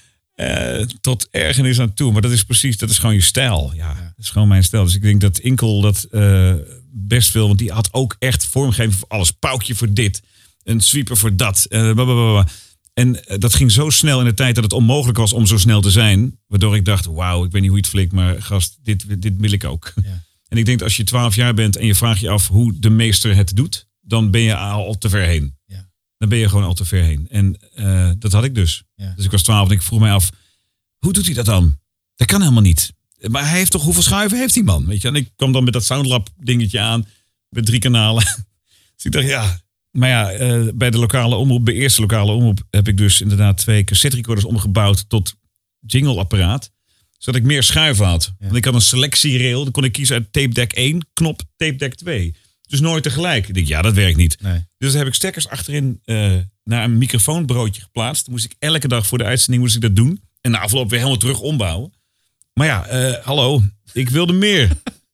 Uh, tot ergernis aan toe. Maar dat is precies, dat is gewoon je stijl. Ja, ja. Dat is gewoon mijn stijl. Dus ik denk dat Inkel dat uh, best veel, want die had ook echt vormgeving voor alles. Paukje voor dit, een sweeper voor dat. Uh, blablabla. En dat ging zo snel in de tijd dat het onmogelijk was om zo snel te zijn. Waardoor ik dacht, wauw, ik weet niet hoe je het flikt, maar gast, dit, dit wil ik ook. Ja. En ik denk dat als je twaalf jaar bent en je vraagt je af hoe de meester het doet, dan ben je al te ver heen. Ja. Dan ben je gewoon al te ver heen. En uh, dat had ik dus. Ja. Dus ik was twaalf en ik vroeg mij af, hoe doet hij dat dan? Dat kan helemaal niet. Maar hij heeft toch, hoeveel schuiven heeft die man? Weet je? En ik kwam dan met dat Soundlab dingetje aan, met drie kanalen. Dus ik dacht, ja... Maar ja, uh, bij de lokale omroep, bij de eerste lokale omroep, heb ik dus inderdaad twee cassette recorders omgebouwd tot jingleapparaat. Zodat ik meer schuiven had. Ja. Want ik had een selectierail, dan kon ik kiezen uit tape deck één, knop tape deck twee. Dus nooit tegelijk. Ik denk, ja, dat werkt niet. Nee. Dus dan heb ik stekkers achterin uh, naar een microfoonbroodje geplaatst. Dan moest ik elke dag voor de uitzending moest ik dat doen. En na afloop weer helemaal terug ombouwen. Maar ja, uh, hallo, ik wilde meer.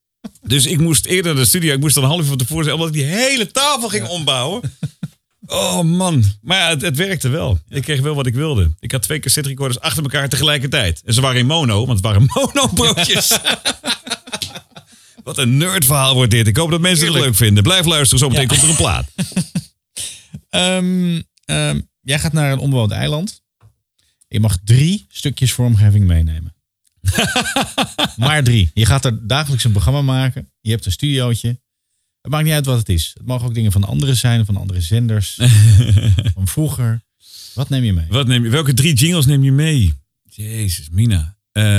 Dus ik moest eerder naar de studio. Ik moest dan een half uur van tevoren zijn, omdat ik die hele tafel ging ombouwen. Oh man. Maar ja, het, het werkte wel. Ik kreeg wel wat ik wilde. Ik had twee cassette recorders achter elkaar tegelijkertijd. En ze waren in mono, want het waren monobroodjes. Wat een nerdverhaal wordt dit. Ik hoop dat mensen het leuk vinden. Blijf luisteren, zometeen ja. komt er een plaat. um, um, jij gaat naar een onbewoond eiland. Je mag drie stukjes vormgeving meenemen. Maar drie. Je gaat er dagelijks een programma maken. Je hebt een studiootje. Het maakt niet uit wat het is. Het mag ook dingen van anderen zijn, van andere zenders. Van vroeger. Wat neem je mee? Wat neem je, welke drie jingles neem je mee? Jezus, Mina.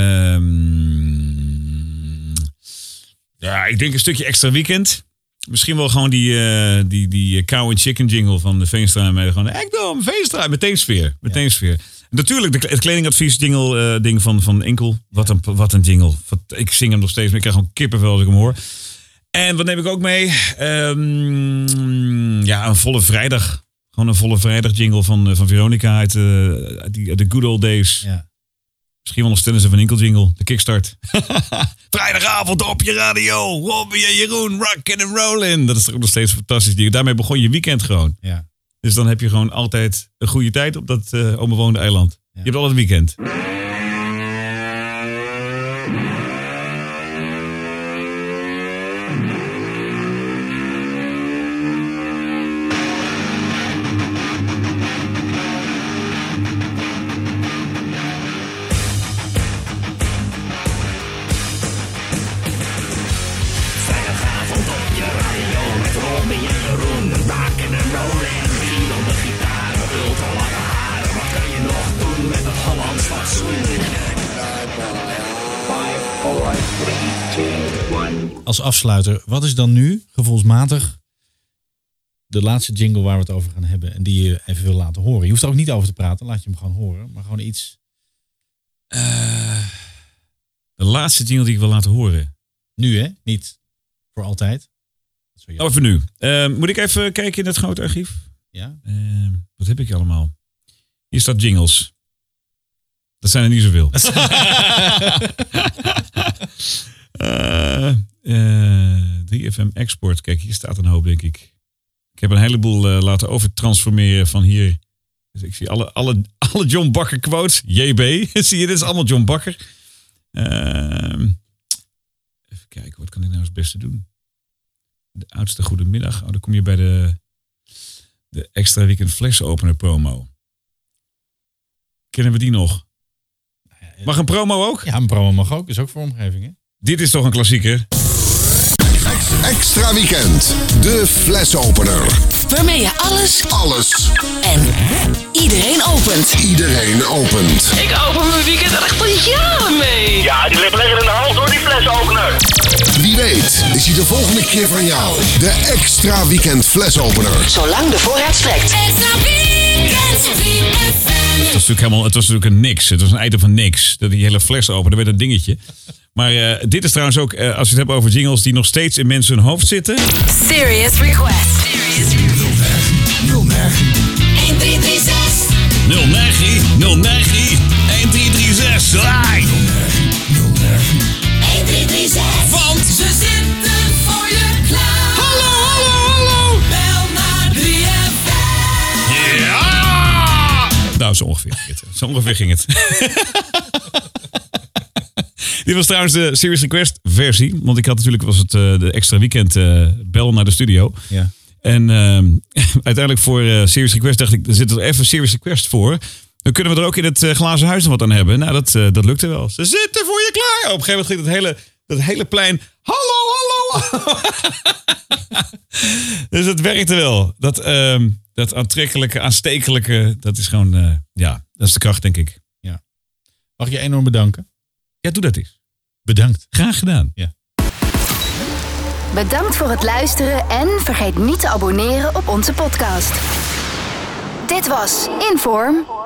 Um, ja, ik denk een stukje extra weekend. Misschien wel gewoon die, uh, die, die cow and chicken jingle van de Veenstra. En gewoon, Ekdom, Veenstra. Meteen sfeer. Meteen ja. sfeer. Natuurlijk, de, het kledingadvies jingle uh, ding van, van Inkel. Wat een, wat een jingle. Ik zing hem nog steeds, maar ik krijg gewoon kippenvel als ik hem hoor. En wat neem ik ook mee? Um, ja, een volle vrijdag. Gewoon een volle vrijdag jingle van, van Veronica uit, uh, uit, die, uit de good old days. Ja. Misschien wel nog Stennis en Van Inkel jingle. De kickstart. Vrijdagavond op je radio. Robbie en Jeroen, rockin' and rollin'. Dat is toch ook nog steeds fantastisch. Daarmee begon je weekend gewoon. Ja. Dus dan heb je gewoon altijd een goede tijd op dat uh, onbewoonde eiland. Ja. Je hebt altijd een weekend. Vrijdagavond op je radio met Robbie en Jeroen, rockin' and rollin'. Als afsluiter, wat is dan nu gevoelsmatig de laatste jingle waar we het over gaan hebben en die je even wil laten horen? Je hoeft er ook niet over te praten, laat je hem gewoon horen, maar gewoon iets. Uh, de laatste jingle die ik wil laten horen. Nu hè, niet voor altijd. Oh, even nu. Uh, moet ik even kijken in het grote archief? Ja. Uh, wat heb ik allemaal? Hier staat jingles. Dat zijn er niet zoveel. uh, uh, drie F M Export. Kijk, hier staat een hoop, denk ik. Ik heb een heleboel uh, laten overtransformeren van hier. Dus ik zie alle, alle, alle John Bakker quotes. J B. Zie je, dit is allemaal John Bakker. Uh, even kijken, wat kan ik nou het beste doen? De oudste goedemiddag. Oh, dan kom je bij de, de extra weekend flash opener promo. Kennen we die nog? Mag een promo ook? Ja, een promo mag ook. Is ook vormgeving, hè? Dit is toch een klassieker? Extra weekend. De flesopener. Waarmee je alles, alles en iedereen opent. Iedereen opent. Ik open mijn weekend er echt al jaren mee. Ja, die ligt lekker in de hand door die flesopener. Wie weet is hij de volgende keer van jou. De extra weekend flesopener. Zolang de voorraad strekt. Extra weekend. Het was natuurlijk helemaal, het was natuurlijk een niks. Het was een item van niks. Dat die hele fles open, dat werd een dingetje. Maar uh, dit is trouwens ook, uh, als je het hebt over jingles die nog steeds in mensen hun hoofd zitten. Serious request. Serious request. nul negen. een drie drie zes. nul negen. nul negen. een drie drie zes. Laai. nul negen. een drie drie zes. Want ze zitten voor je klaar. Hallo, hallo, hallo. Bel naar drie F M. Ja! Nou, zo ongeveer ging het. Zo ongeveer ging het. Dit was trouwens de Serious Request versie. Want ik had natuurlijk, was het uh, de extra weekend uh, bel naar de studio. Ja. En uh, uiteindelijk voor uh, Serious Request dacht ik, er zit er even Serious Request voor. Dan kunnen we er ook in het uh, glazen huis nog wat aan hebben. Nou, dat, uh, dat lukte wel. Ze zitten voor je klaar. Op een gegeven moment ging dat hele, dat hele plein. Hallo, hallo. Dus het werkte wel. Dat, uh, dat aantrekkelijke, aanstekelijke, dat is gewoon, uh, ja, dat is de kracht, denk ik. Ja. Mag ik je enorm bedanken? Ja, doe dat eens. Bedankt. Graag gedaan. Ja. Bedankt voor het luisteren en vergeet niet te abonneren op onze podcast. Dit was Inform.